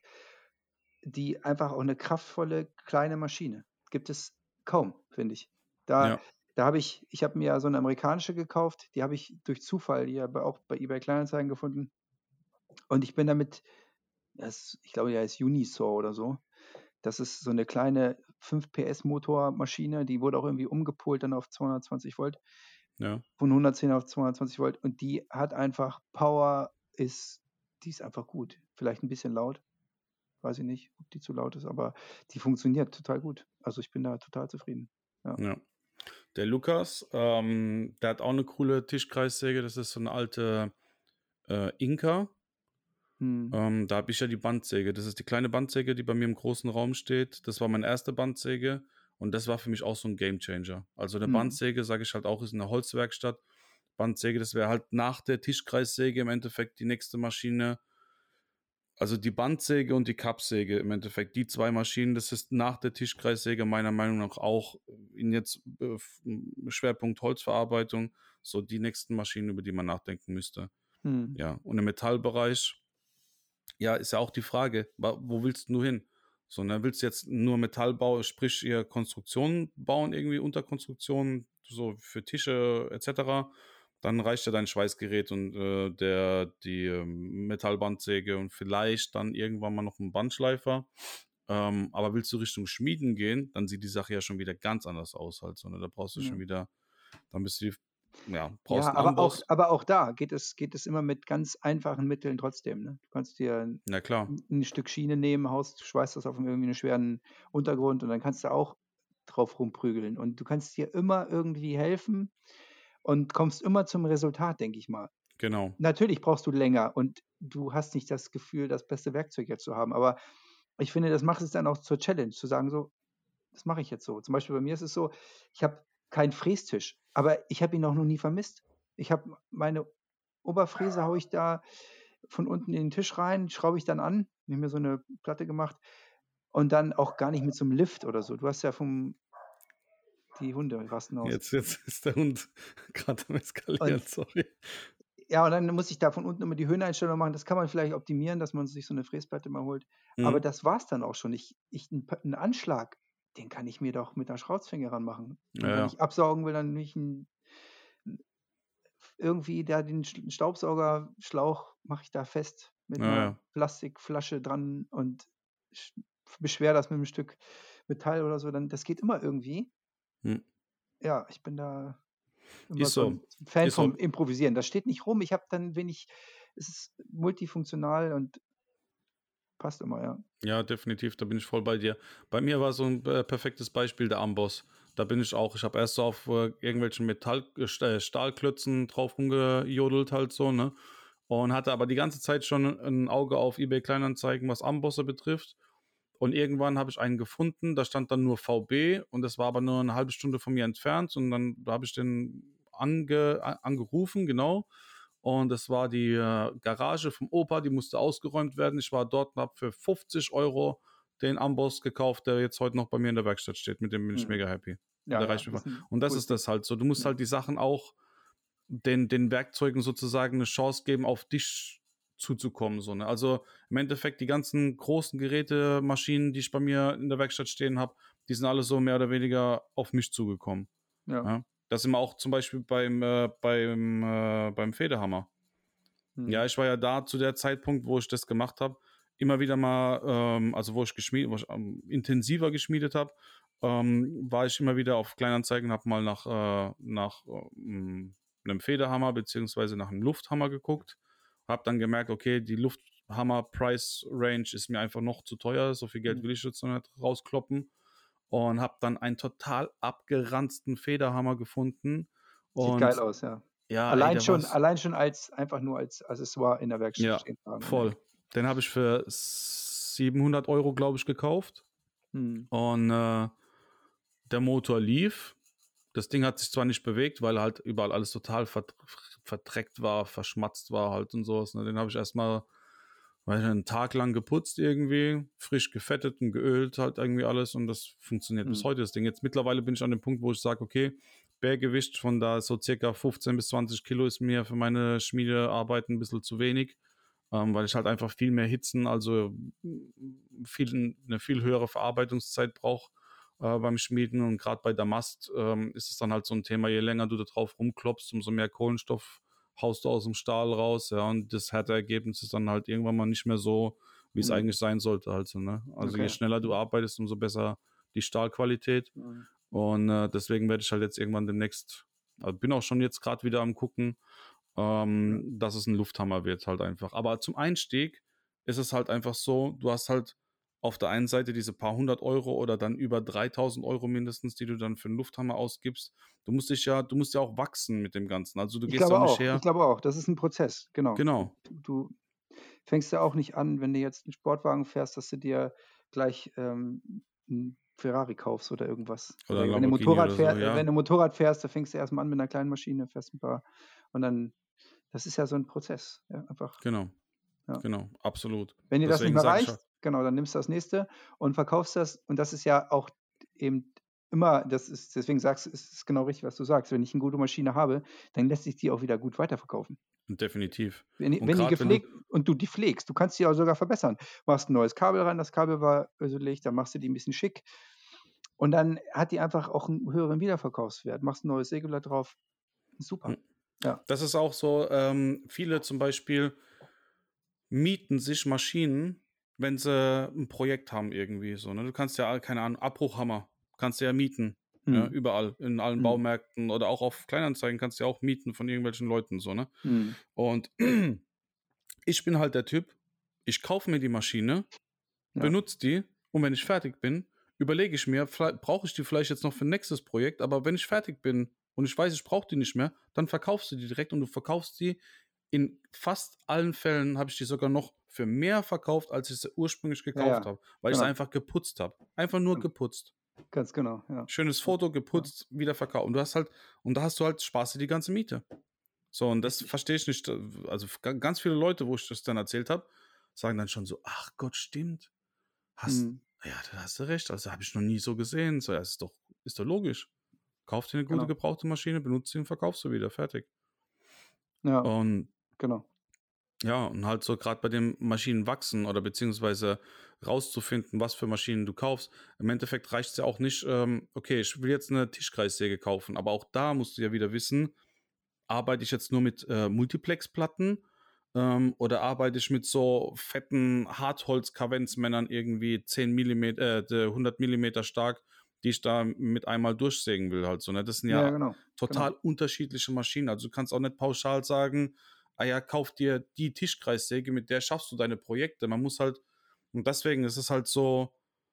die einfach auch eine kraftvolle kleine Maschine. Gibt es kaum, finde ich. Da ja, da habe ich ich habe mir ja so eine amerikanische gekauft, die habe ich durch Zufall hier bei auch bei eBay Kleinanzeigen gefunden und ich bin damit das ich glaube, die heißt Unisaw oder so. Das ist so eine kleine fünf P S Motormaschine, die wurde auch irgendwie umgepolt dann auf zweihundertzwanzig Volt, ja. von hundertzehn auf zweihundertzwanzig Volt und die hat einfach Power, ist die ist einfach gut. Vielleicht ein bisschen laut, weiß ich nicht, ob die zu laut ist, aber die funktioniert total gut. Also, ich bin da total zufrieden. Ja. Ja. Der Lukas, ähm, der hat auch eine coole Tischkreissäge. Das ist so eine alte äh, Inka. Mhm. Ähm, da habe ich ja die Bandsäge. Das ist die kleine Bandsäge, die bei mir im großen Raum steht. Das war meine erste Bandsäge und das war für mich auch so ein Gamechanger. Also eine Mhm. Bandsäge, sage ich halt auch, ist in der Holzwerkstatt. Bandsäge, das wäre halt nach der Tischkreissäge im Endeffekt die nächste Maschine. Also die Bandsäge und die Kappsäge im Endeffekt, die zwei Maschinen, das ist nach der Tischkreissäge meiner Meinung nach auch in jetzt äh, f- Schwerpunkt Holzverarbeitung, so die nächsten Maschinen, über die man nachdenken müsste. Mhm. Ja, und im Metallbereich, ja, ist ja auch die Frage, wa- wo willst du hin? So, ne, willst du jetzt nur Metallbau, sprich ihr Konstruktionen bauen, irgendwie Unterkonstruktionen, so für Tische et cetera. Dann reicht ja dein Schweißgerät und äh, der, die ähm, Metallbandsäge und vielleicht dann irgendwann mal noch ein Bandschleifer. Ähm, aber willst du Richtung Schmieden gehen, dann sieht die Sache ja schon wieder ganz anders aus halt. So, ne? Da brauchst du Ja. schon wieder, dann bist du, die, ja, Ja, brauchst einen aber auch Amboss. aber auch da geht es geht es immer mit ganz einfachen Mitteln trotzdem, ne? Du kannst dir 'n Na klar, 'n Stück Schiene nehmen, haust schweißt das auf irgendwie 'nen schweren Untergrund und dann kannst du auch drauf rumprügeln. Und du kannst dir immer irgendwie helfen und kommst immer zum Resultat, denke ich mal. genau, Natürlich brauchst du länger und du hast nicht das Gefühl, das beste Werkzeug jetzt zu haben, aber ich finde, das macht es dann auch zur Challenge, zu sagen so: „Das mache ich jetzt so.“ Zum Beispiel bei mir ist es so, ich habe keinen Frästisch, aber ich habe ihn auch noch nie vermisst. Ich habe meine Oberfräse haue ich da von unten in den Tisch rein, schraube ich dann an, mir mir so 'ne Platte gemacht und dann auch gar nicht mit so 'nem Lift oder so. Du hast ja vom die Hunde rasten aus. jetzt, jetzt ist der Hund gerade am Eskalieren, Und sorry. ja, und dann muss ich da von unten immer die Höheneinstellung machen. Das kann man vielleicht optimieren, dass man sich so 'ne Fräsplatte mal holt. Aber Mhm. das war's dann auch schon. Ich ich 'n P 'n Anschlag, den kann ich mir doch mit 'ner Schraubzwinge ranmachen. Ja, Und wenn ja, ich absaugen will, dann nehme ich 'n irgendwie da den Sch Staubsaugerschlauch mache ich da fest mit ja, 'ner ja. Plastikflasche dran und sch beschwere das mit 'nem Stück Metall oder so, dann das geht immer irgendwie. Mhm. Ja, ich bin da immer Ist so so, 'n Fan ist vom so. Improvisieren. Das steht nicht rum. Ich habe dann wenig es ist multifunktional und passt immer, ja. Ja, definitiv, da bin ich voll bei dir. Bei mir war so ein äh, perfektes Beispiel der Amboss. Da bin ich auch, ich habe erst so auf äh, irgendwelchen Metall äh, Sta- Stahlklötzen drauf rumgejodelt halt so, ne? Und hatte aber die ganze Zeit schon ein Auge auf eBay Kleinanzeigen, was Ambosse betrifft. Und irgendwann habe ich einen gefunden, da stand dann nur V B und das war aber nur eine halbe Stunde von mir entfernt und dann da habe ich den ange, a- angerufen, genau. Und das war die äh, Garage vom Opa, die musste ausgeräumt werden. Ich war dort und habe für fünfzig Euro den Amboss gekauft, der jetzt heute noch bei mir in der Werkstatt steht. Mit dem bin ich Mhm. mega happy. Und Ja, der ja, reicht mir das voll. ist 'n Und das cooles ist Ding. das halt so. Du musst Ja. halt die Sachen auch den, den Werkzeugen sozusagen eine Chance geben, auf dich zuzukommen. So, ne? Also im Endeffekt die ganzen großen Geräte, Maschinen, die ich bei mir in der Werkstatt stehen habe, die sind alle so mehr oder weniger auf mich zugekommen. Ja. Ja? Das sind wir auch zum Beispiel beim, äh, beim, äh, beim Federhammer. Mhm. Ja, ich war ja da zu der Zeitpunkt, wo ich das gemacht habe, immer wieder mal, ähm, also wo ich geschmiedet, wo ich ähm, intensiver geschmiedet habe, ähm, war ich immer wieder auf Kleinanzeigen, habe mal nach, äh, nach ähm, einem Federhammer beziehungsweise nach einem Lufthammer geguckt. Habe dann gemerkt, okay, die Lufthammer-Price-Range ist mir einfach noch zu teuer. So viel Geld will ich jetzt noch nicht rauskloppen. Und habe dann einen total abgeranzten Federhammer gefunden. Sieht geil Und aus, ja. ja, ey, Allein der schon, war's. allein schon als einfach nur als Accessoire in der Werkstatt Ja, stehen haben. voll. Den habe ich für siebenhundert Euro, glaube ich, gekauft. Hm. Und äh, der Motor lief. Das Ding hat sich zwar nicht bewegt, weil halt überall alles total vert verdreckt war, verschmatzt war halt und sowas. Ne? Den habe ich erstmal einen Tag lang geputzt irgendwie, frisch gefettet und geölt halt irgendwie alles und das funktioniert hm. bis heute, das Ding. Jetzt mittlerweile bin ich an dem Punkt, wo ich sage, okay, Bärgewicht von da so circa fünfzehn bis zwanzig Kilo ist mir für meine Schmiedearbeit ein bisschen zu wenig, ähm, weil ich halt einfach viel mehr Hitzen, also viel, eine viel höhere Verarbeitungszeit brauche äh, beim Schmieden und gerade bei Damast ähm, ist es dann halt so ein Thema, je länger du da drauf rumklopfst, umso mehr Kohlenstoff haust du aus dem Stahl raus, ja, und das Härteergebnis ist dann halt irgendwann mal nicht mehr so, wie es mhm. eigentlich sein sollte, also, ne? Also okay. Je schneller du arbeitest, umso besser die Stahlqualität mhm. und äh, deswegen werde ich halt jetzt irgendwann demnächst, also bin auch schon jetzt gerade wieder am gucken, ähm, ja. dass es ein Lufthammer wird halt einfach, aber zum Einstieg ist es halt einfach so, du hast halt auf der einen Seite diese paar hundert Euro oder dann über dreitausend Euro mindestens, die du dann für einen Lufthammer ausgibst. Du musst dich ja, du musst ja auch wachsen mit dem Ganzen. Also du ich gehst glaube auch nicht auch, her. Ich glaube auch, das ist ein Prozess, genau. Genau. Du, du fängst ja auch nicht an, wenn du jetzt einen Sportwagen fährst, dass du dir gleich ähm, einen Ferrari kaufst oder irgendwas. Oder oder ein wenn, du Motorrad so, fähr, ja. wenn du Motorrad fährst, da fängst du erstmal an mit einer kleinen Maschine, fährst ein paar und dann, das ist ja so ein Prozess. Ja, einfach. Genau. Ja. Genau, absolut. Wenn dir Deswegen das nicht mehr reicht, halt, genau, dann nimmst du das nächste und verkaufst das. Und das ist ja auch eben immer, das ist, deswegen sagst du, es ist genau richtig, was du sagst. Wenn ich eine gute Maschine habe, dann lässt sich die auch wieder gut weiterverkaufen. Definitiv. Wenn, und wenn die gepflegt wenn du, und du die pflegst, du kannst die auch sogar verbessern. Machst ein neues Kabel rein, das Kabel war öselig, dann machst du die ein bisschen schick. Und dann hat die einfach auch einen höheren Wiederverkaufswert. Machst ein neues Sägeblatt drauf. Super. Ja. Das ist auch so, ähm, viele zum Beispiel mieten sich Maschinen, wenn sie ein Projekt haben irgendwie so. Ne? Du kannst ja, keine Ahnung, Abbruchhammer kannst du ja mieten. Mhm. Ja, überall, in allen mhm. Baumärkten oder auch auf Kleinanzeigen kannst du ja auch mieten von irgendwelchen Leuten so, ne? Mhm. Und ich bin halt der Typ, ich kaufe mir die Maschine, ja. benutze die und wenn ich fertig bin, überlege ich mir, brauche ich die vielleicht jetzt noch für ein nächstes Projekt, aber wenn ich fertig bin und ich weiß, ich brauche die nicht mehr, dann verkaufst du die direkt und du verkaufst die. In fast allen Fällen habe ich die sogar noch für mehr verkauft, als ich sie ursprünglich gekauft ja, ja. habe, weil genau. ich sie einfach geputzt habe. Einfach nur geputzt. Ganz genau, ja. Schönes Foto, geputzt, ja. wieder verkauft. Und du hast halt, und da hast du halt Spaß die ganze Miete. So, und das verstehe ich nicht. Also ganz viele Leute, wo ich das dann erzählt habe, sagen dann schon so, ach Gott, stimmt. Hast, hm. Ja, da hast du recht. Also habe ich noch nie so gesehen. So, ja, ist doch, ist doch logisch. Kauf dir eine gute genau. gebrauchte Maschine, benutze sie und verkaufst du wieder. Fertig. Ja, und genau. Ja, und halt so gerade bei den Maschinen wachsen oder beziehungsweise rauszufinden, was für Maschinen du kaufst. Im Endeffekt reicht es ja auch nicht, ähm, okay, ich will jetzt eine Tischkreissäge kaufen, aber auch da musst du ja wieder wissen, arbeite ich jetzt nur mit äh, Multiplex-Platten ähm, oder arbeite ich mit so fetten Hartholz-Kavenzmännern irgendwie zehn Millimeter, äh, hundert Millimeter stark, die ich da mit einmal durchsägen will halt so. Ne? Das sind ja, ja genau, total genau. unterschiedliche Maschinen. Also du kannst auch nicht pauschal sagen, ah ja, kauf dir die Tischkreissäge, mit der schaffst du deine Projekte. Man muss halt, und deswegen ist es halt so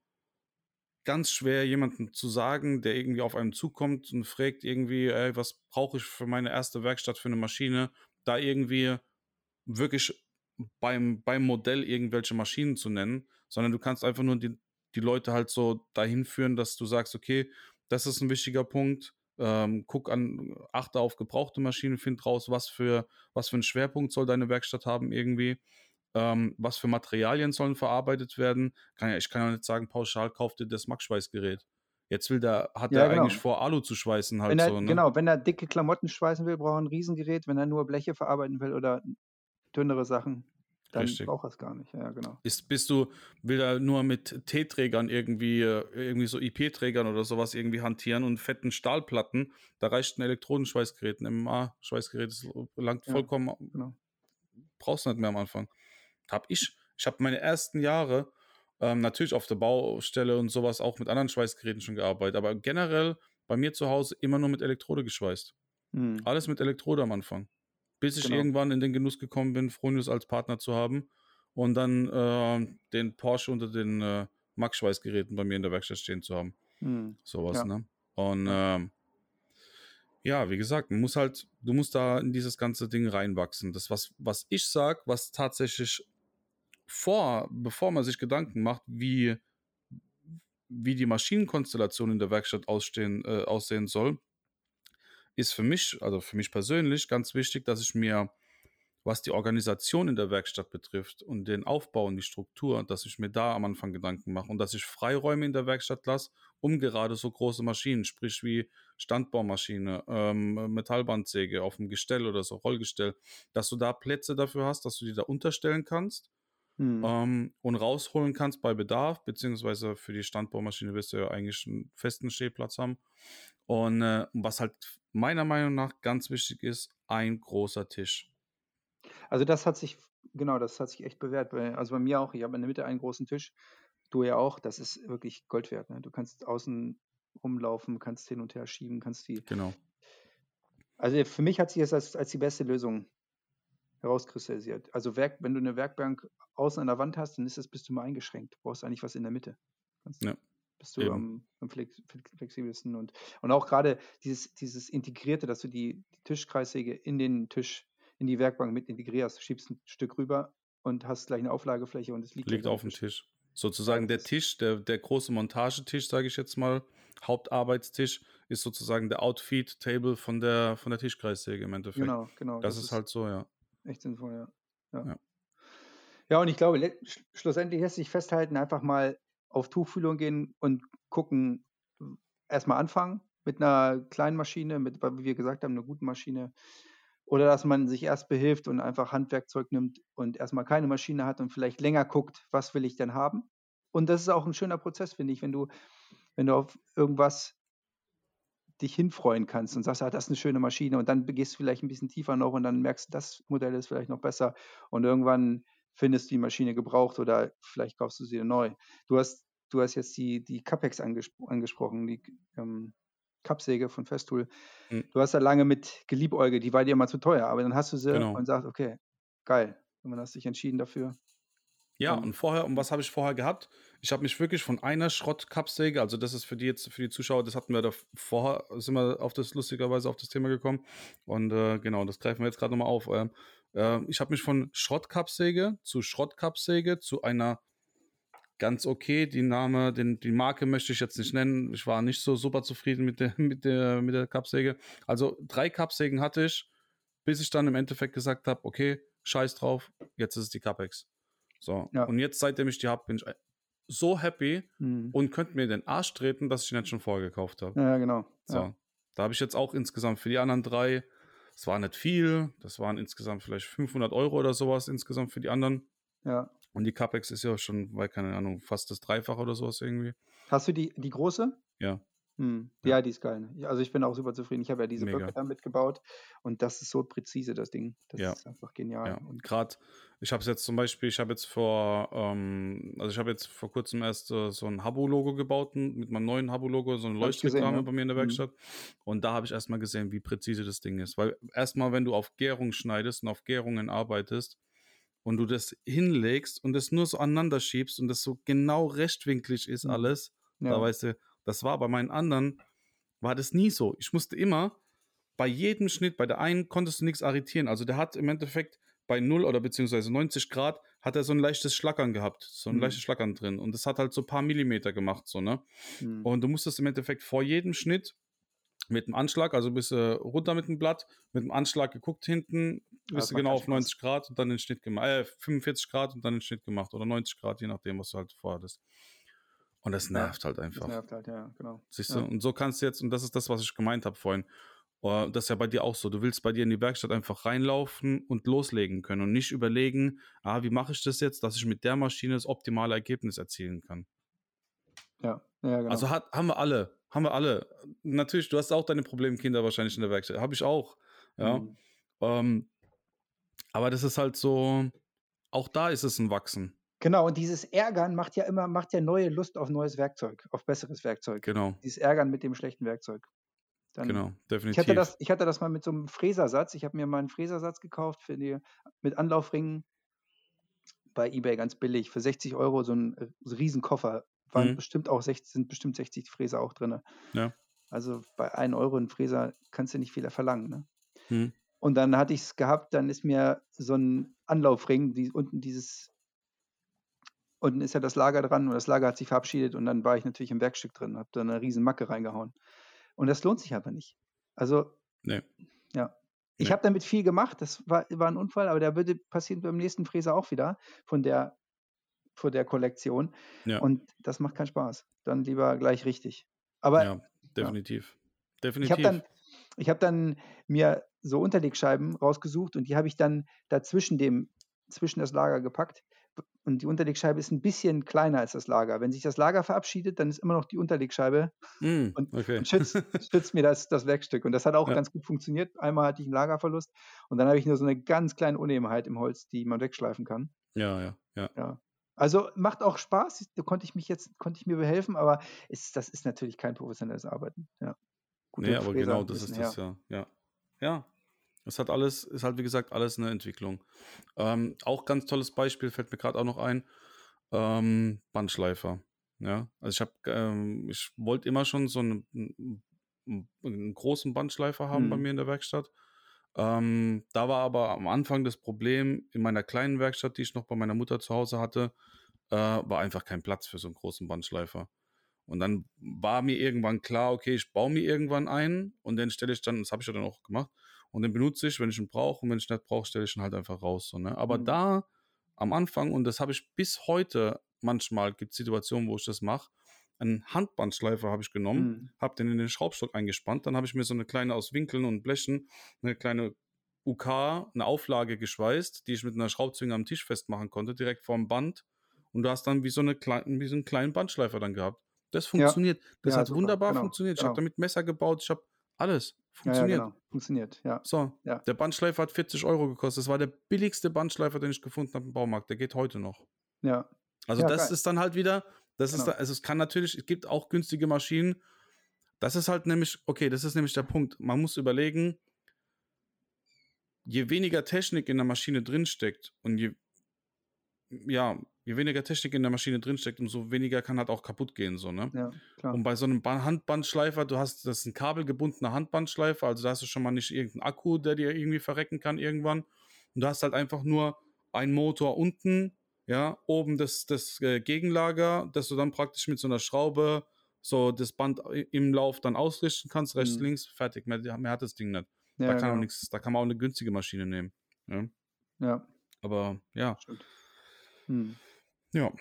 ganz schwer, jemandem zu sagen, der irgendwie auf einem zukommt und fragt irgendwie, ey, was brauche ich für meine erste Werkstatt für eine Maschine, da irgendwie wirklich beim, beim Modell irgendwelche Maschinen zu nennen, sondern du kannst einfach nur die, die Leute halt so dahin führen, dass du sagst, okay, das ist ein wichtiger Punkt, ähm, guck an, achte auf gebrauchte Maschinen, find raus, was für, was für einen Schwerpunkt soll deine Werkstatt haben irgendwie, ähm, was für Materialien sollen verarbeitet werden. Kann ja, ich kann ja nicht sagen, pauschal kauft dir das Max-Schweißgerät. Jetzt will der, hat ja, er genau. eigentlich vor, Alu zu schweißen halt wenn er, so, ne? Genau, wenn er dicke Klamotten schweißen will, braucht er ein Riesengerät. Wenn er nur Bleche verarbeiten will oder dünnere Sachen, dann Richtig. braucht er es gar nicht. Ja, genau. Ist, bist du, will er nur mit T-Trägern irgendwie, irgendwie so I P-Trägern oder sowas irgendwie hantieren und fetten Stahlplatten, da reicht ein Elektrodenschweißgerät, ein M M A-Schweißgerät, das langt Ja, vollkommen, genau. brauchst du nicht mehr am Anfang. Hab ich, ich habe meine ersten Jahre ähm, natürlich auf der Baustelle und sowas auch mit anderen Schweißgeräten schon gearbeitet, aber generell bei mir zu Hause immer nur mit Elektrode geschweißt. Mhm. Alles mit Elektrode am Anfang. Bis ich Genau. irgendwann in den Genuss gekommen bin, Fronius als Partner zu haben und dann äh, den Porsche unter den äh, Max-Schweißgeräten bei mir in der Werkstatt stehen zu haben. Mhm. Sowas, Ja. ne? Und Ja. ähm, ja, wie gesagt, man muss halt, du musst da in dieses ganze Ding reinwachsen. Das, was, was ich sag, was tatsächlich vor, bevor man sich Gedanken macht, wie, wie die Maschinenkonstellation in der Werkstatt ausstehen, äh, aussehen soll, ist für mich, also für mich persönlich, ganz wichtig, dass ich mir, was die Organisation in der Werkstatt betrifft und den Aufbau und die Struktur, dass ich mir da am Anfang Gedanken mache und dass ich Freiräume in der Werkstatt lasse, um gerade so große Maschinen, sprich wie Standbaumaschine, ähm, Metallbandsäge auf dem Gestell oder so, Rollgestell, dass du da Plätze dafür hast, dass du die da unterstellen kannst Mhm. ähm, und rausholen kannst bei Bedarf, beziehungsweise für die Standbaumaschine wirst du ja eigentlich einen festen Stehplatz haben. Und äh, was halt meiner Meinung nach ganz wichtig ist, ein großer Tisch. Also, das hat sich genau, das hat sich echt bewährt. Bei also, bei mir auch. Ich habe in der Mitte einen großen Tisch. Du ja auch. Das ist wirklich Gold wert, ne? Du kannst außen rumlaufen, kannst hin und her schieben, kannst die Genau. also, für mich hat sich das als als die beste Lösung herauskristallisiert. Also, Werk wenn du eine Werkbank außen an der Wand hast, dann ist das bist du immer eingeschränkt. Du brauchst eigentlich was in der Mitte. Kannst Ja, bist du eben. am am flex flex flexibelsten und und auch gerade dieses dieses Integrierte, dass du die die Tischkreissäge in den Tisch in die Werkbank mit integrierst. Du schiebst ein Stück rüber und hast gleich eine Auflagefläche und es liegt gleich Liegt auf dem auf dem Tisch. Tisch. Ja, Sozusagen das der ist Tisch, der, der große Montagetisch, sage ich jetzt mal, Hauptarbeitstisch, ist sozusagen der Outfeed-Table von der, von der Tischkreissäge im Endeffekt. genau, genau, Das das ist ist halt so, ja. echt sinnvoll, ja. Ja. Ja, Ja, und ich glaube, le sch schlussendlich lässt sich festhalten, einfach mal auf Tuchfühlung gehen und gucken, hm, erst mal anfangen mit 'ner kleinen Maschine, mit weil wie wir gesagt haben, 'ner guten Maschine. Oder dass man sich erst behilft und einfach Handwerkzeug nimmt und erst mal keine Maschine hat und vielleicht länger guckt: „Was will ich denn haben?“ Und das ist auch 'n schöner Prozess, finde ich, wenn du wenn du auf irgendwas dich hinfreuen kannst und sagst: „Ah, das ist 'ne schöne Maschine.“ Und dann gehst du vielleicht 'n bisschen tiefer noch und dann merkst du, das Modell ist vielleicht noch besser. Und irgendwann findest du die Maschine gebraucht oder vielleicht kaufst du sie neu. Du hast du hast jetzt die die Capex angespro angesprochen, die, ähm, Kappsäge von Festool. hm, Du hast da lange mit geliebäugelt, die war dir immer zu teuer, aber dann hast du sie genau. und sagst: „Okay, geil.“ Und dann hast dich entschieden dafür Ja, und und vorher, und ja, was habe ich vorher gehabt? Ich habe mich wirklich von einer Schrottkappsäge, also das ist für die jetzt, für die Zuschauer, das hatten wir da vorher, sind wir auf das lustigerweise auf das Thema gekommen. Und äh, genau, das greifen wir jetzt gerade nochmal auf. Ähm, äh, ich habe mich von Schrottkappsäge zu Schrottkappsäge zu einer ganz okay, die Name, den, die Marke möchte ich jetzt nicht nennen. Ich war nicht so super zufrieden mit der, mit der, mit der Kappsäge. Also drei Kappsägen hatte ich, bis ich dann im Endeffekt gesagt habe, okay, scheiß drauf, jetzt ist es die Capex. So, ja, und jetzt, seitdem ich die habe, bin ich so happy mhm. und könnte mir den Arsch treten, dass ich den jetzt schon vorher gekauft habe. Ja, ja, genau. Ja, So, da habe ich jetzt auch insgesamt für die anderen drei, das war nicht viel, das waren insgesamt vielleicht fünfhundert Euro oder sowas insgesamt für die anderen. ja. Und die Capex ist ja schon, weil keine Ahnung, fast das Dreifache oder sowas irgendwie. Hast du die die große? Ja, Mhm. ja, Ja, die ist geil, ne? Ja, also, ich bin auch super zufrieden. Ich habe ja diese Böcke mega. da mitgebaut und das ist so präzise, das Ding. Das Ja, ist einfach genial ja. und Gerade, ich habe es jetzt zum Beispiel, ich habe jetzt vor, ähm, also ich habe jetzt vor kurzem erst äh, so ein Habbo-Logo gebaut, n- mit meinem neuen Habbo-Logo, so eine habe ich gesehen, Leuchtreklame ja. bei mir in der Mhm. Werkstatt. Und da habe ich erstmal gesehen, wie präzise das Ding ist. Weil erstmal, wenn du auf Gärung schneidest und auf Gärungen arbeitest und du das hinlegst und das nur so aneinander schiebst und das so genau rechtwinklig ist Mhm. alles, da Ja, weißt du, das war bei meinen anderen, war das nie so. Ich musste immer bei jedem Schnitt, bei der einen konntest du nichts arretieren. Also der hat im Endeffekt bei null oder beziehungsweise neunzig Grad hat er so ein leichtes Schlackern gehabt, so ein mhm, leichtes Schlackern drin. Und das hat halt so ein paar Millimeter gemacht, so, ne? mhm. Und du musstest im Endeffekt vor jedem Schnitt mit dem Anschlag, also bist du runter mit dem Blatt, mit dem Anschlag geguckt hinten, Ja, bist das du macht genau keinen auf Spaß. neunzig Grad und dann den Schnitt gemacht, äh, fünfundvierzig Grad und dann den Schnitt gemacht oder neunzig Grad, je nachdem, was du halt vorhattest. Und das Ja, nervt halt das einfach. nervt halt, ja, genau. Siehst du? Ja, Und so kannst du jetzt, und das ist das, was ich gemeint habe vorhin, äh, das ist ja bei dir auch so. Du willst bei dir in die Werkstatt einfach reinlaufen und loslegen können und nicht überlegen, ah, wie mache ich das jetzt, dass ich mit der Maschine das optimale Ergebnis erzielen kann. ja, ja, Also genau. hat, haben wir alle, haben wir alle. Natürlich, du hast auch deine Problemkinder wahrscheinlich in der Werkstatt. Habe ich auch. Ja. Mhm. Ähm, aber das ist halt so, auch da ist es ein Wachsen. Genau, und dieses Ärgern macht ja immer macht ja neue Lust auf neues Werkzeug, auf besseres Werkzeug. Genau. Dieses Ärgern mit dem schlechten Werkzeug. Dann Genau, ich hatte das definitiv. ich hatte das mal mit so 'nem Fräsersatz. Ich habe mir mal 'n Fräsersatz gekauft für die mit Anlaufringen bei eBay ganz billig für sechzig Euro so 'n, äh, so Riesenkoffer. Waren Mhm. bestimmt auch sech sind bestimmt sechzig Fräser auch drinne. Ja. Also, bei ein Euro 'n Fräser kannst du nicht viel verlangen, ne? Mhm. Und dann hatte ich's gehabt, dann ist mir so 'n Anlaufring, die unten dieses unten ist ja das Lager dran und das Lager hat sich verabschiedet und dann war ich natürlich im Werkstück drin, habe da 'ne Riesenmacke reingehauen. Und das lohnt sich aber nicht. Also, Ne, ja. Ich ne. habe damit viel gemacht, das war war 'n Unfall, aber der würde passiert beim nächsten Fräser auch wieder von der von der Kollektion Ja, und das macht keinen Spaß. Dann lieber gleich richtig. Aber ja, ja. definitiv. Ich habe dann Definitiv. ich habe dann mir so Unterlegscheiben rausgesucht und die habe ich dann dazwischen dem zwischen das Lager gepackt. B und die Unterlegscheibe ist 'n bisschen kleiner als das Lager. Wenn sich das Lager verabschiedet, dann ist immer noch die Unterlegscheibe Mhm, und okay. und schützt schützt mir das das Werkstück. Und das hat auch Ja, ganz gut funktioniert. Einmal hatte ich 'n Lagerverlust und dann habe ich nur so 'ne ganz kleine Unebenheit im Holz, die man wegschleifen kann. ja, ja, ja. Ja. Also, macht auch Spaß. Da konnte ich mich jetzt konnte ich mir behelfen, aber es das ist natürlich kein professionelles Arbeiten. Ja. Ne, Gute aber genau Fräser das müssen ist das her. ja. Ja. Ja, es hat alles ist halt, wie gesagt, alles 'ne Entwicklung. Ähm, auch ganz tolles Beispiel fällt mir grad auch noch ein, ähm, Bandschleifer, ja? Also, ich habe ähm, ich wollte immer schon so 'n 'n 'n 'n großen Bandschleifer haben bei Mhm. mir in der Werkstatt. Ähm, da war aber am Anfang das Problem in meiner kleinen Werkstatt, die ich noch bei meiner Mutter zu Hause hatte, äh, war einfach kein Platz für so 'n großen Bandschleifer. Und dann war mir irgendwann klar, okay, ich baue mir irgendwann einen und den stelle ich dann das habe ich ja dann auch gemacht und den benutze ich, wenn ich ihn brauche und wenn ich ihn nicht brauche, stelle ich ihn halt einfach raus so, ne? Aber Mhm. da am Anfang und das habe ich bis heute manchmal gibt's Situationen, wo ich das mache, 'n Handbandschleifer habe ich genommen, Mhm. habe den in den Schraubstock eingespannt, dann habe ich mir so 'ne kleine aus Winkeln und Blechen 'ne kleine U K, 'ne Auflage geschweißt, die ich mit 'ner Schraubzwinge am Tisch festmachen konnte, direkt vorm Band. Und du hast dann wie so 'ne klei wie so 'n kleinen Bandschleifer dann gehabt. Das Ja. funktioniert. Das Ja, hat super. wunderbar Genau, funktioniert. Ich habe genau. damit Messer gebaut, ich habe alles. Ja, ja, Funktioniert. genau. Funktioniert. Ja. So, Ja. der Bandschleifer hat vierzig Euro gekostet. Das war der billigste Bandschleifer, den ich gefunden habe im Baumarkt. Der geht heute noch. Ja. Also, Ja, das geil. ist dann halt wieder das ist da Genau. also, es kann natürlich es gibt auch günstige Maschinen. Das ist halt nämlich okay, das ist nämlich der Punkt. Man muss überlegen je weniger Technik in der Maschine drinsteckt und je ja, je weniger Technik in der Maschine drinsteckt, umso weniger kann halt auch kaputtgehen so, ne? Ja, klar. Und bei so 'nem Ba Handbandschleifer, du hast das ist 'n kabelgebundener Handbandschleifer, also, da hast du schon mal nicht irgend 'n Akku, der dir irgendwie verrecken kann irgendwann. Und du hast halt einfach nur einen Motor unten, ja, oben das das, äh, Gegenlager, dass du dann praktisch mit so 'ner Schraube so das Band i im Lauf dann ausrichten kannst, rechts, Mhm. links, fertig. Mehr mehr hat das Ding nicht. Ja, Da ja, kann auch genau. nix da kann man auch 'ne günstige Maschine nehmen, ja? Ja, Aber ja, stimmt. Mhm. ja.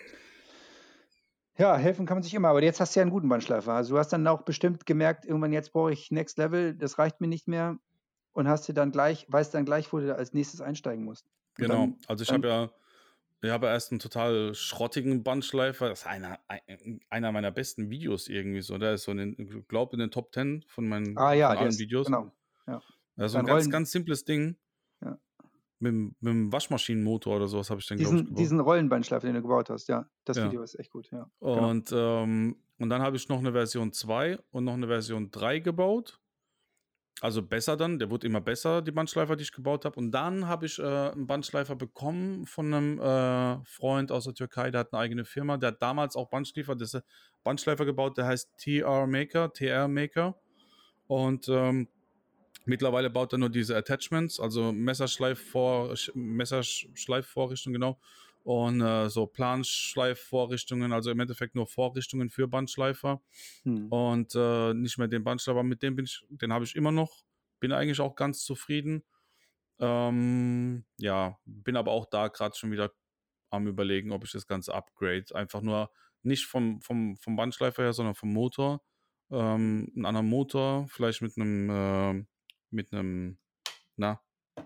Ja, helfen kann man sich immer, aber jetzt hast du ja 'n guten Bandschleifer. Also, du hast dann auch bestimmt gemerkt, irgendwann jetzt brauche ich Next Level, das reicht mir nicht mehr und hast dir dann gleich weißt dann gleich, wo du als Nächstes einsteigen musst. Und Genau. dann Also, ich habe dann ja ich habe erst 'n total schrottigen Bandschleifer. Das ist einer ei einer meiner besten Videos irgendwie so. Der ist so in den glaube in den Top zehn von ah meinen ja, von der allen ist Videos. genau, ja. Ja, so 'n Dann ganz, Rollen ganz simples Ding ja. mit'm mit'm Waschmaschinenmotor oder so was habe ich den, glaube ich, Diesen gebaut. diesen Rollenbandschleifer, den du gebaut hast, ja. Das Ja. Video ist echt gut, ja. Genau. Und, ähm und dann habe ich noch 'ne Version zwei und noch 'ne Version drei gebaut. Also, besser dann, der wurde immer besser, die Bandschleifer, die ich gebaut habe. Und dann habe ich, äh, 'n Bandschleifer bekommen von 'nem, äh, Freund aus der Türkei, der hat 'ne eigene Firma. Der hat damals auch Bandschleifer diese Bandschleifer gebaut, der heißt T R Maker T R Maker. Und, ähm, mittlerweile baut er nur diese Attachments, also Messerschleifvor sch Messersch Schleifvorrichtung, genau. Und, äh, so Planschleifvorrichtungen, also im Endeffekt nur Vorrichtungen für Bandschleifer. Mhm. Und, äh, nicht mehr den Bandschleifer, mit dem bin ich den habe ich immer noch. Bin eigentlich auch ganz zufrieden. Ähm, ja, bin aber auch da grad schon wieder am Überlegen, ob ich das Ganze upgrade. Einfach nur nicht vom vom vom Bandschleifer her, sondern vom Motor. Mhm. Ähm, 'n anderen Motor, vielleicht mit 'nem, äh mit 'nem na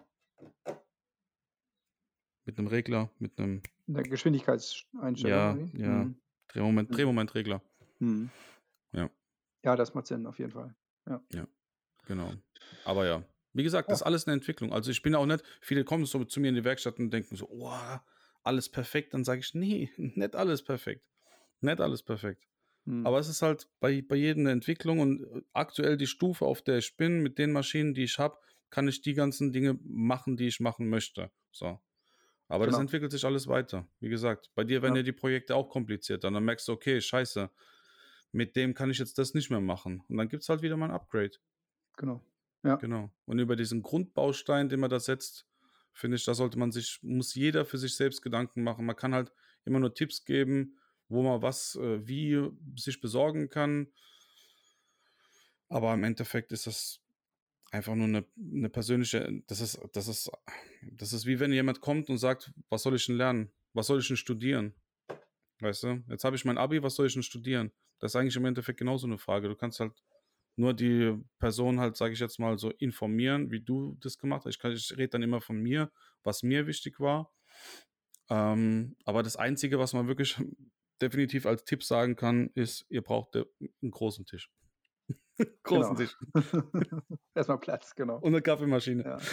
mit 'nem Regler, mit 'nem 'Ne Geschwindigkeitseinstellung oder ja, wie? ja, Mhm. Drehmoment Mhm. Drehmomentregler. Mhm. Ja, Ja, das macht Sinn auf jeden Fall. Ja. ja, genau. Aber ja, wie gesagt, das Ja. ist alles 'ne Entwicklung. Also, ich bin auch nicht viele kommen so zu mir in die Werkstatt und denken so: „Oh, alles perfekt.“ Dann sage ich: „Ne, nicht alles perfekt. Nicht alles perfekt.“ Hm. Aber es ist halt bei, bei jedem eine Entwicklung und aktuell die Stufe, auf der ich bin, mit den Maschinen, die ich habe, kann ich die ganzen Dinge machen, die ich machen möchte. So. Aber das Genau. entwickelt sich alles weiter. Wie gesagt, bei dir werden Ja. ja die Projekte auch komplizierter. Und dann merkst du, okay, scheiße, mit dem kann ich jetzt das nicht mehr machen. Und dann gibt es halt wieder mal ein Upgrade. Genau. Ja. Genau. Und über diesen Grundbaustein, den man da setzt, finde ich, da sollte man sich, muss jeder für sich selbst Gedanken machen. Man kann halt immer nur Tipps geben, wo man was, äh, wie sich besorgen kann. Aber im Endeffekt ist das einfach nur eine, eine persönliche, das ist, das ist, das ist wie wenn jemand kommt und sagt, was soll ich denn lernen? Was soll ich denn studieren? Weißt du? Jetzt habe ich mein Abi, was soll ich denn studieren? Das ist eigentlich im Endeffekt genauso eine Frage. Du kannst halt nur die Person halt, sage ich jetzt mal, so informieren, wie du das gemacht hast. Ich, kann- ich rede dann immer von mir, was mir wichtig war. Ähm, aber das Einzige, was man wirklich definitiv als Tipp sagen kann, ist, ihr braucht äh, einen großen Tisch. Großen Genau. Tisch. Erstmal Platz, genau. Und eine Kaffeemaschine. Ja.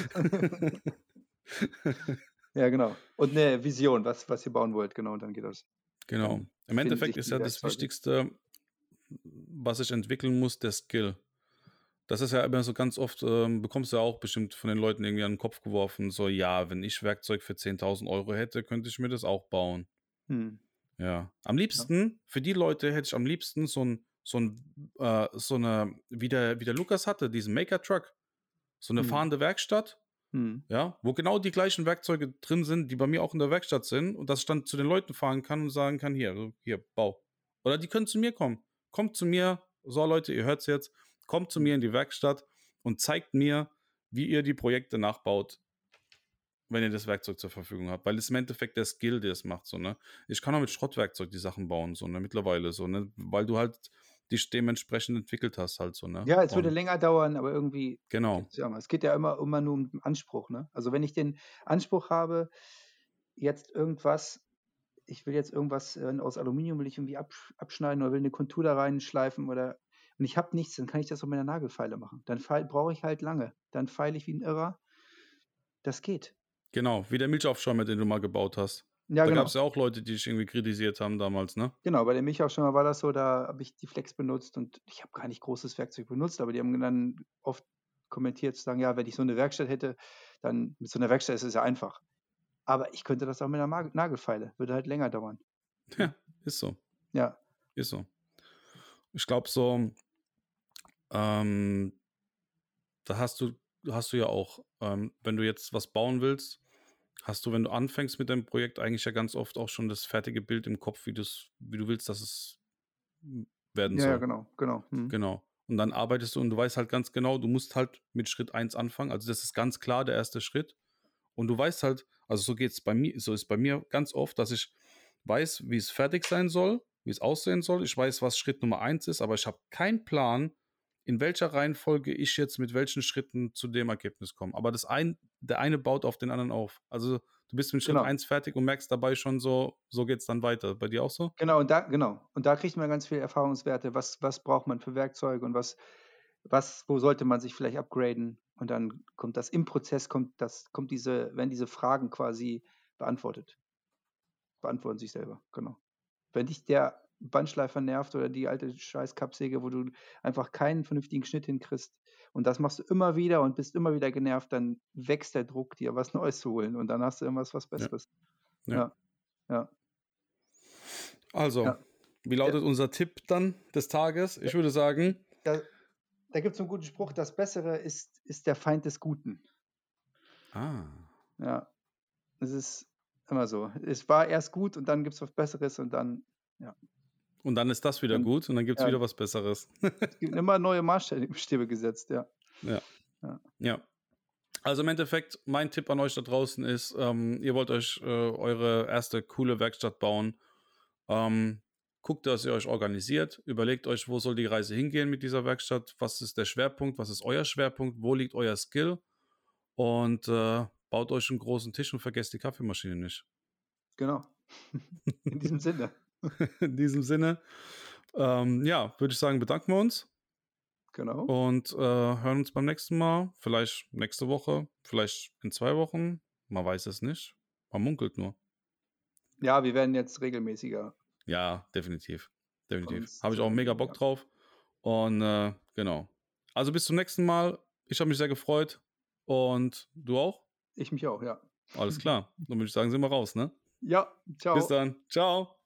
Ja, genau. Und eine Vision, was, was ihr bauen wollt, genau, und dann geht das. Genau. Dann Im finden Endeffekt sich ist die ja das Werkzeuge. Wichtigste, was ich entwickeln muss, der Skill. Das ist ja immer so ganz oft, ähm, bekommst du ja auch bestimmt von den Leuten irgendwie an den Kopf geworfen, so, ja, wenn ich Werkzeug für zehntausend Euro hätte, könnte ich mir das auch bauen. Hm. Ja. Am Ja. liebsten, für die Leute hätte ich am liebsten so ein, so ein, äh, so eine, wie der, wie der Lukas hatte, diesen Maker-Truck, so eine Hm. fahrende Werkstatt, Hm. ja, wo genau die gleichen Werkzeuge drin sind, die bei mir auch in der Werkstatt sind und dass ich dann zu den Leuten fahren kann und sagen kann, hier, so, hier, bau. Oder die können zu mir kommen. Kommt zu mir, so Leute, ihr hört es jetzt, kommt zu mir in die Werkstatt und zeigt mir, wie ihr die Projekte nachbaut, wenn ihr das Werkzeug zur Verfügung habt. Weil es im Endeffekt der Skill, der es macht, so, ne. Ich kann auch mit Schrottwerkzeug die Sachen bauen, so, ne, mittlerweile, so, ne, weil du halt dich dementsprechend entwickelt hast, halt so, ne. Ja, es würde Und länger dauern, aber irgendwie genau, gibt's ja immer, es geht ja immer immer nur um den Anspruch, ne? Also, wenn ich den Anspruch habe, jetzt irgendwas ich will jetzt irgendwas, äh, aus Aluminium will ich irgendwie absch abschneiden oder will 'ne Kontur da reinschleifen oder und ich habe nichts, dann kann ich das auch mit 'ner Nagelfeile machen. Dann feil brauche ich halt lange. Dann feile ich wie 'n Irrer. Das geht. genau, wie der Milchaufschäumer, den du mal gebaut hast. Ja, Da gab es genau. ja auch Leute, die dich irgendwie kritisiert haben damals, ne? Genau, bei der Milchaufschäumer war das so, da habe ich die Flex benutzt und ich habe gar nicht großes Werkzeug benutzt, aber die haben dann oft kommentiert, zu sagen: „Ja, wenn ich so 'ne Werkstatt hätte, dann mit so 'ner Werkstatt ist es ja einfach.“ Aber ich könnte das auch mit 'ner Magel Nagelfeile, würde halt länger dauern, ne? Ja, ist so, Ja, ist so. Ich glaube so, ähm, da hast du hast du ja auch, ähm, wenn du jetzt was bauen willst, hast du, wenn du anfängst mit deinem Projekt, eigentlich ja ganz oft auch schon das fertige Bild im Kopf, wie du's wie du willst, dass es, hm, werden ja, ja, soll. genau, genau. Mhm. Genau. Und dann arbeitest du und du weißt halt ganz genau, du musst halt mit Schritt eins anfangen. Also, das ist ganz klar der erste Schritt. Und du weißt halt, also so geht's bei mir, so ist bei mir ganz oft, dass ich weiß, wie es fertig sein soll, wie es aussehen soll. Ich weiß, was Schritt Nummer eins ist, aber ich habe keinen Plan, in welcher Reihenfolge ich jetzt mit welchen Schritten zu dem Ergebnis komme. Aber das ein, der eine baut auf den anderen auf. Also du bist mit Schritt Genau. eins fertig und merkst dabei schon so, so geht's dann weiter. Bei dir auch so? Genau, und da genau. Und da kriegt man ganz viel Erfahrungswerte. Was was braucht man für Werkzeuge und was was wo sollte man sich vielleicht upgraden? Und dann kommt das im Prozess kommt das kommt diese werden diese Fragen quasi beantwortet. Beantworten sich selber, genau. Wenn dich der Bandschleifer nervt oder die alte Scheiß-Kappsäge, wo du einfach keinen vernünftigen Schnitt hinkriegst und das machst du immer wieder und bist immer wieder genervt, dann wächst der Druck, dir was Neues zu holen und dann hast du irgendwas was Ja. Besseres. Ja. Ja, ja, Also, ja. wie Ja, lautet unser Tipp dann des Tages? ja, Ich würde sagen, da da gibt's so 'n guten Spruch: „Das Bessere ist ist der Feind des Guten.“ ah, Ja, es ist immer so. Es war erst gut und dann gibt's was Besseres und dann ja, und dann ist das wieder dann gut und dann gibt's ja, wieder was Besseres. es gibt immer neue Maßstäbe gesetzt, ja. Ja, Ja, ja. Also im Endeffekt, mein Tipp an euch da draußen ist, ähm, ihr wollt euch äh, eure erste coole Werkstatt bauen. Ähm, guckt, dass ihr euch organisiert. Überlegt euch, wo soll die Reise hingehen mit dieser Werkstatt. Was ist der Schwerpunkt? Was ist euer Schwerpunkt? Wo liegt euer Skill? Und äh, baut euch einen großen Tisch und vergesst die Kaffeemaschine nicht. genau. In diesem Sinne. In diesem Sinne, ähm, ja, würde ich sagen, bedanken wir uns Genau. und äh, hören uns beim nächsten Mal. Vielleicht nächste Woche, vielleicht in zwei Wochen. Man weiß es nicht. Man munkelt nur. Ja, wir werden jetzt regelmäßiger. Ja, definitiv. definitiv. Habe ich auch mega Bock ja. drauf. Und äh, genau. Also bis zum nächsten Mal. Ich habe mich sehr gefreut. Und du auch? Ich mich auch, ja. Alles klar. Dann würde ich sagen, sind wir raus, ne? Ja, ciao. Bis dann. Ciao.